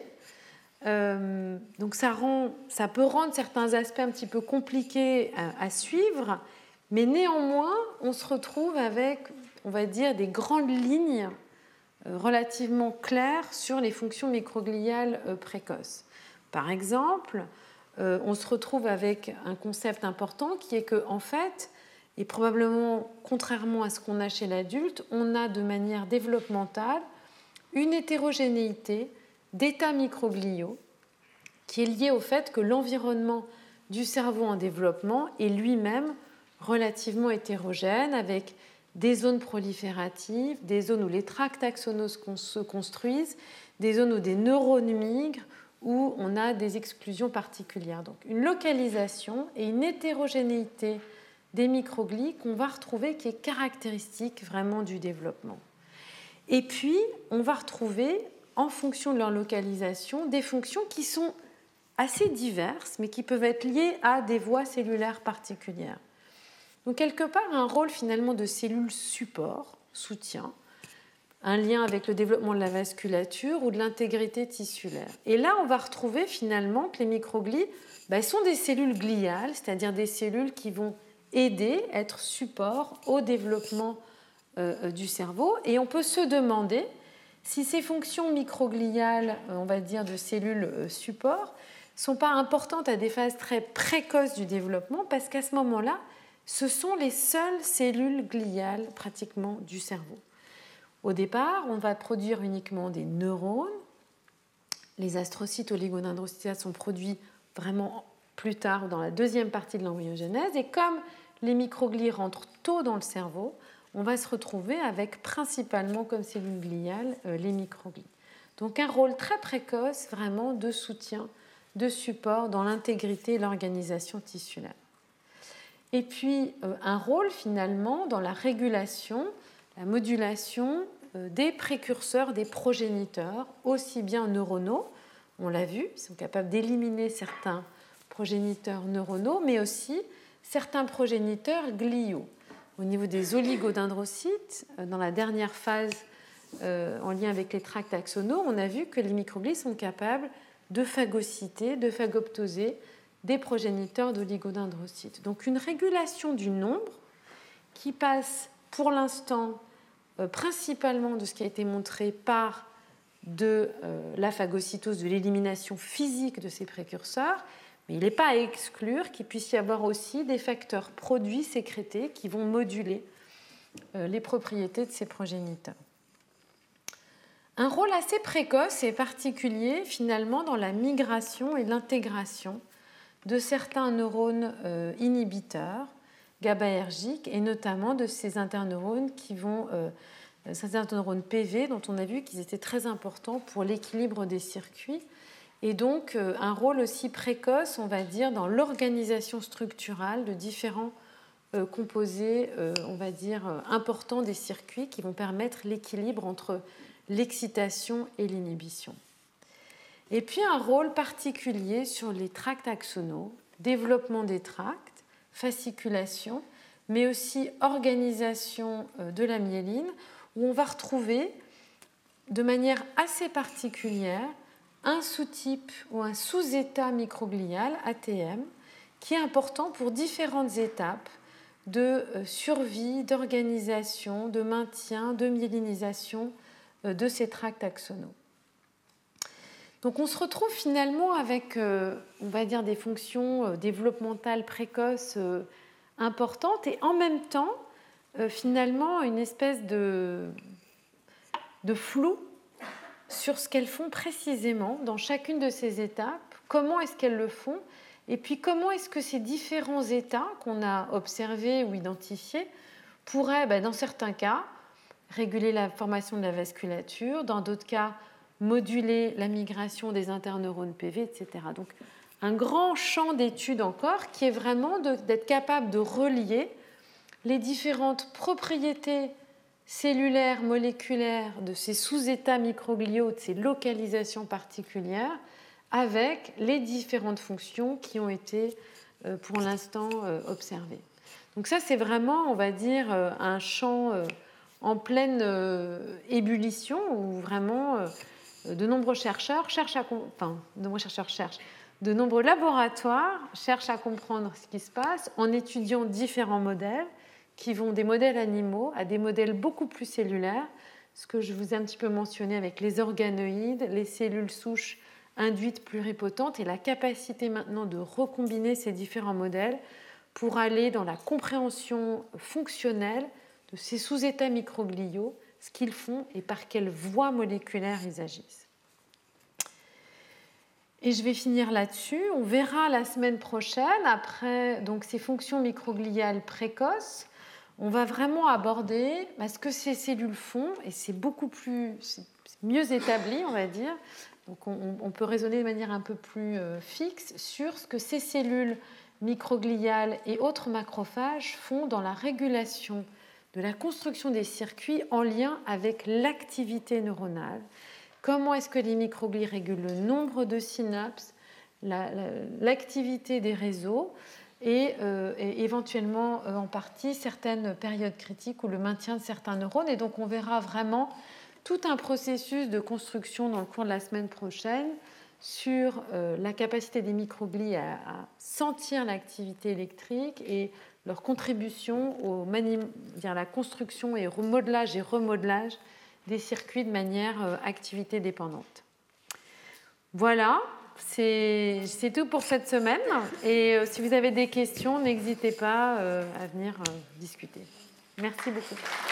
Donc ça peut rendre certains aspects un petit peu compliqués à suivre, mais néanmoins, on se retrouve avec, on va dire, des grandes lignes relativement claires sur les fonctions microgliales précoces. Par exemple, on se retrouve avec un concept important qui est que, en fait, et probablement contrairement à ce qu'on a chez l'adulte, on a de manière développementale une hétérogénéité d'états microgliaux qui est liée au fait que l'environnement du cerveau en développement est lui-même relativement hétérogène, avec des zones prolifératives, des zones où les tracts axonaux se construisent, des zones où des neurones migrent, où on a des exclusions particulières. Donc une localisation et une hétérogénéité des microglies qu'on va retrouver qui est caractéristique vraiment du développement. Et puis, on va retrouver, en fonction de leur localisation, des fonctions qui sont assez diverses, mais qui peuvent être liées à des voies cellulaires particulières. Donc, quelque part, un rôle finalement de cellules support, soutien, un lien avec le développement de la vasculature ou de l'intégrité tissulaire. Et là, on va retrouver finalement que les microglies sont des cellules gliales, c'est-à-dire des cellules qui vont aider, être support au développement du cerveau. Et on peut se demander si ces fonctions microgliales, on va dire de cellules support, ne sont pas importantes à des phases très précoces du développement, parce qu'à ce moment-là, ce sont les seules cellules gliales pratiquement du cerveau. Au départ, on va produire uniquement des neurones. Les astrocytes oligodendrocytates sont produits vraiment plus tard, dans la deuxième partie de l'embryogenèse. Et comme les microglies rentrent tôt dans le cerveau, on va se retrouver avec principalement comme cellules gliales les microglies. Donc un rôle très précoce vraiment de soutien, de support dans l'intégrité et l'organisation tissulaire. Et puis un rôle finalement dans la régulation, la modulation des précurseurs, des progéniteurs, aussi bien neuronaux, on l'a vu, ils sont capables d'éliminer certains progéniteurs neuronaux, mais aussi certains progéniteurs gliaux. Au niveau des oligodendrocytes, dans la dernière phase en lien avec les tracts axonaux, on a vu que les microglies sont capables de phagocyter, de phagoptoser des progéniteurs d'oligodendrocytes. Donc une régulation du nombre qui passe pour l'instant principalement de ce qui a été montré par de la phagocytose, de l'élimination physique de ces précurseurs, mais il n'est pas à exclure qu'il puisse y avoir aussi des facteurs produits sécrétés qui vont moduler les propriétés de ces progéniteurs. Un rôle assez précoce et particulier finalement dans la migration et l'intégration de certains neurones inhibiteurs GABAergiques et notamment de ces interneurones ces interneurones PV dont on a vu qu'ils étaient très importants pour l'équilibre des circuits et donc un rôle aussi précoce, on va dire, dans l'organisation structurale de différents composés, on va dire, importants des circuits qui vont permettre l'équilibre entre l'excitation et l'inhibition. Et puis un rôle particulier sur les tracts axonaux, développement des tracts, fasciculation, mais aussi organisation de la myéline, où on va retrouver de manière assez particulière un sous-type ou un sous-état microglial, ATM, qui est important pour différentes étapes de survie, d'organisation, de maintien, de myélinisation de ces tracts axonaux. Donc on se retrouve finalement avec, on va dire, des fonctions développementales précoces importantes et en même temps, finalement, une espèce de flou sur ce qu'elles font précisément dans chacune de ces étapes, comment est-ce qu'elles le font, et puis comment est-ce que ces différents états qu'on a observés ou identifiés pourraient, dans certains cas, réguler la formation de la vasculature, dans d'autres cas, moduler la migration des interneurones PV, etc. Donc, un grand champ d'études encore qui est vraiment d'être capable de relier les différentes propriétés cellulaires, moléculaires de ces sous-états microgliaux, de ces localisations particulières, avec les différentes fonctions qui ont été pour l'instant observées. Donc ça, c'est vraiment, on va dire, un champ en pleine ébullition où vraiment de nombreux chercheurs de nombreux laboratoires cherchent à comprendre ce qui se passe en étudiant différents modèles qui vont des modèles animaux à des modèles beaucoup plus cellulaires, ce que je vous ai un petit peu mentionné avec les organoïdes, les cellules souches induites pluripotentes et la capacité maintenant de recombiner ces différents modèles pour aller dans la compréhension fonctionnelle de ces sous-états microgliaux, ce qu'ils font et par quelle voie moléculaire ils agissent. Et je vais finir là-dessus. On verra la semaine prochaine, après donc, ces fonctions microgliales précoces, on va vraiment aborder ce que ces cellules font, et c'est mieux établi, on va dire. Donc on peut raisonner de manière un peu plus fixe sur ce que ces cellules microgliales et autres macrophages font dans la régulation de la construction des circuits en lien avec l'activité neuronale. Comment est-ce que les microglies régulent le nombre de synapses, l'activité des réseaux et éventuellement en partie certaines périodes critiques ou le maintien de certains neurones. Et donc on verra vraiment tout un processus de construction dans le cours de la semaine prochaine sur la capacité des microglies à sentir l'activité électrique et leur contribution à la construction et modelage et remodelage des circuits de manière activité dépendante. Voilà, c'est tout pour cette semaine. Et si vous avez des questions, n'hésitez pas à venir discuter. Merci beaucoup.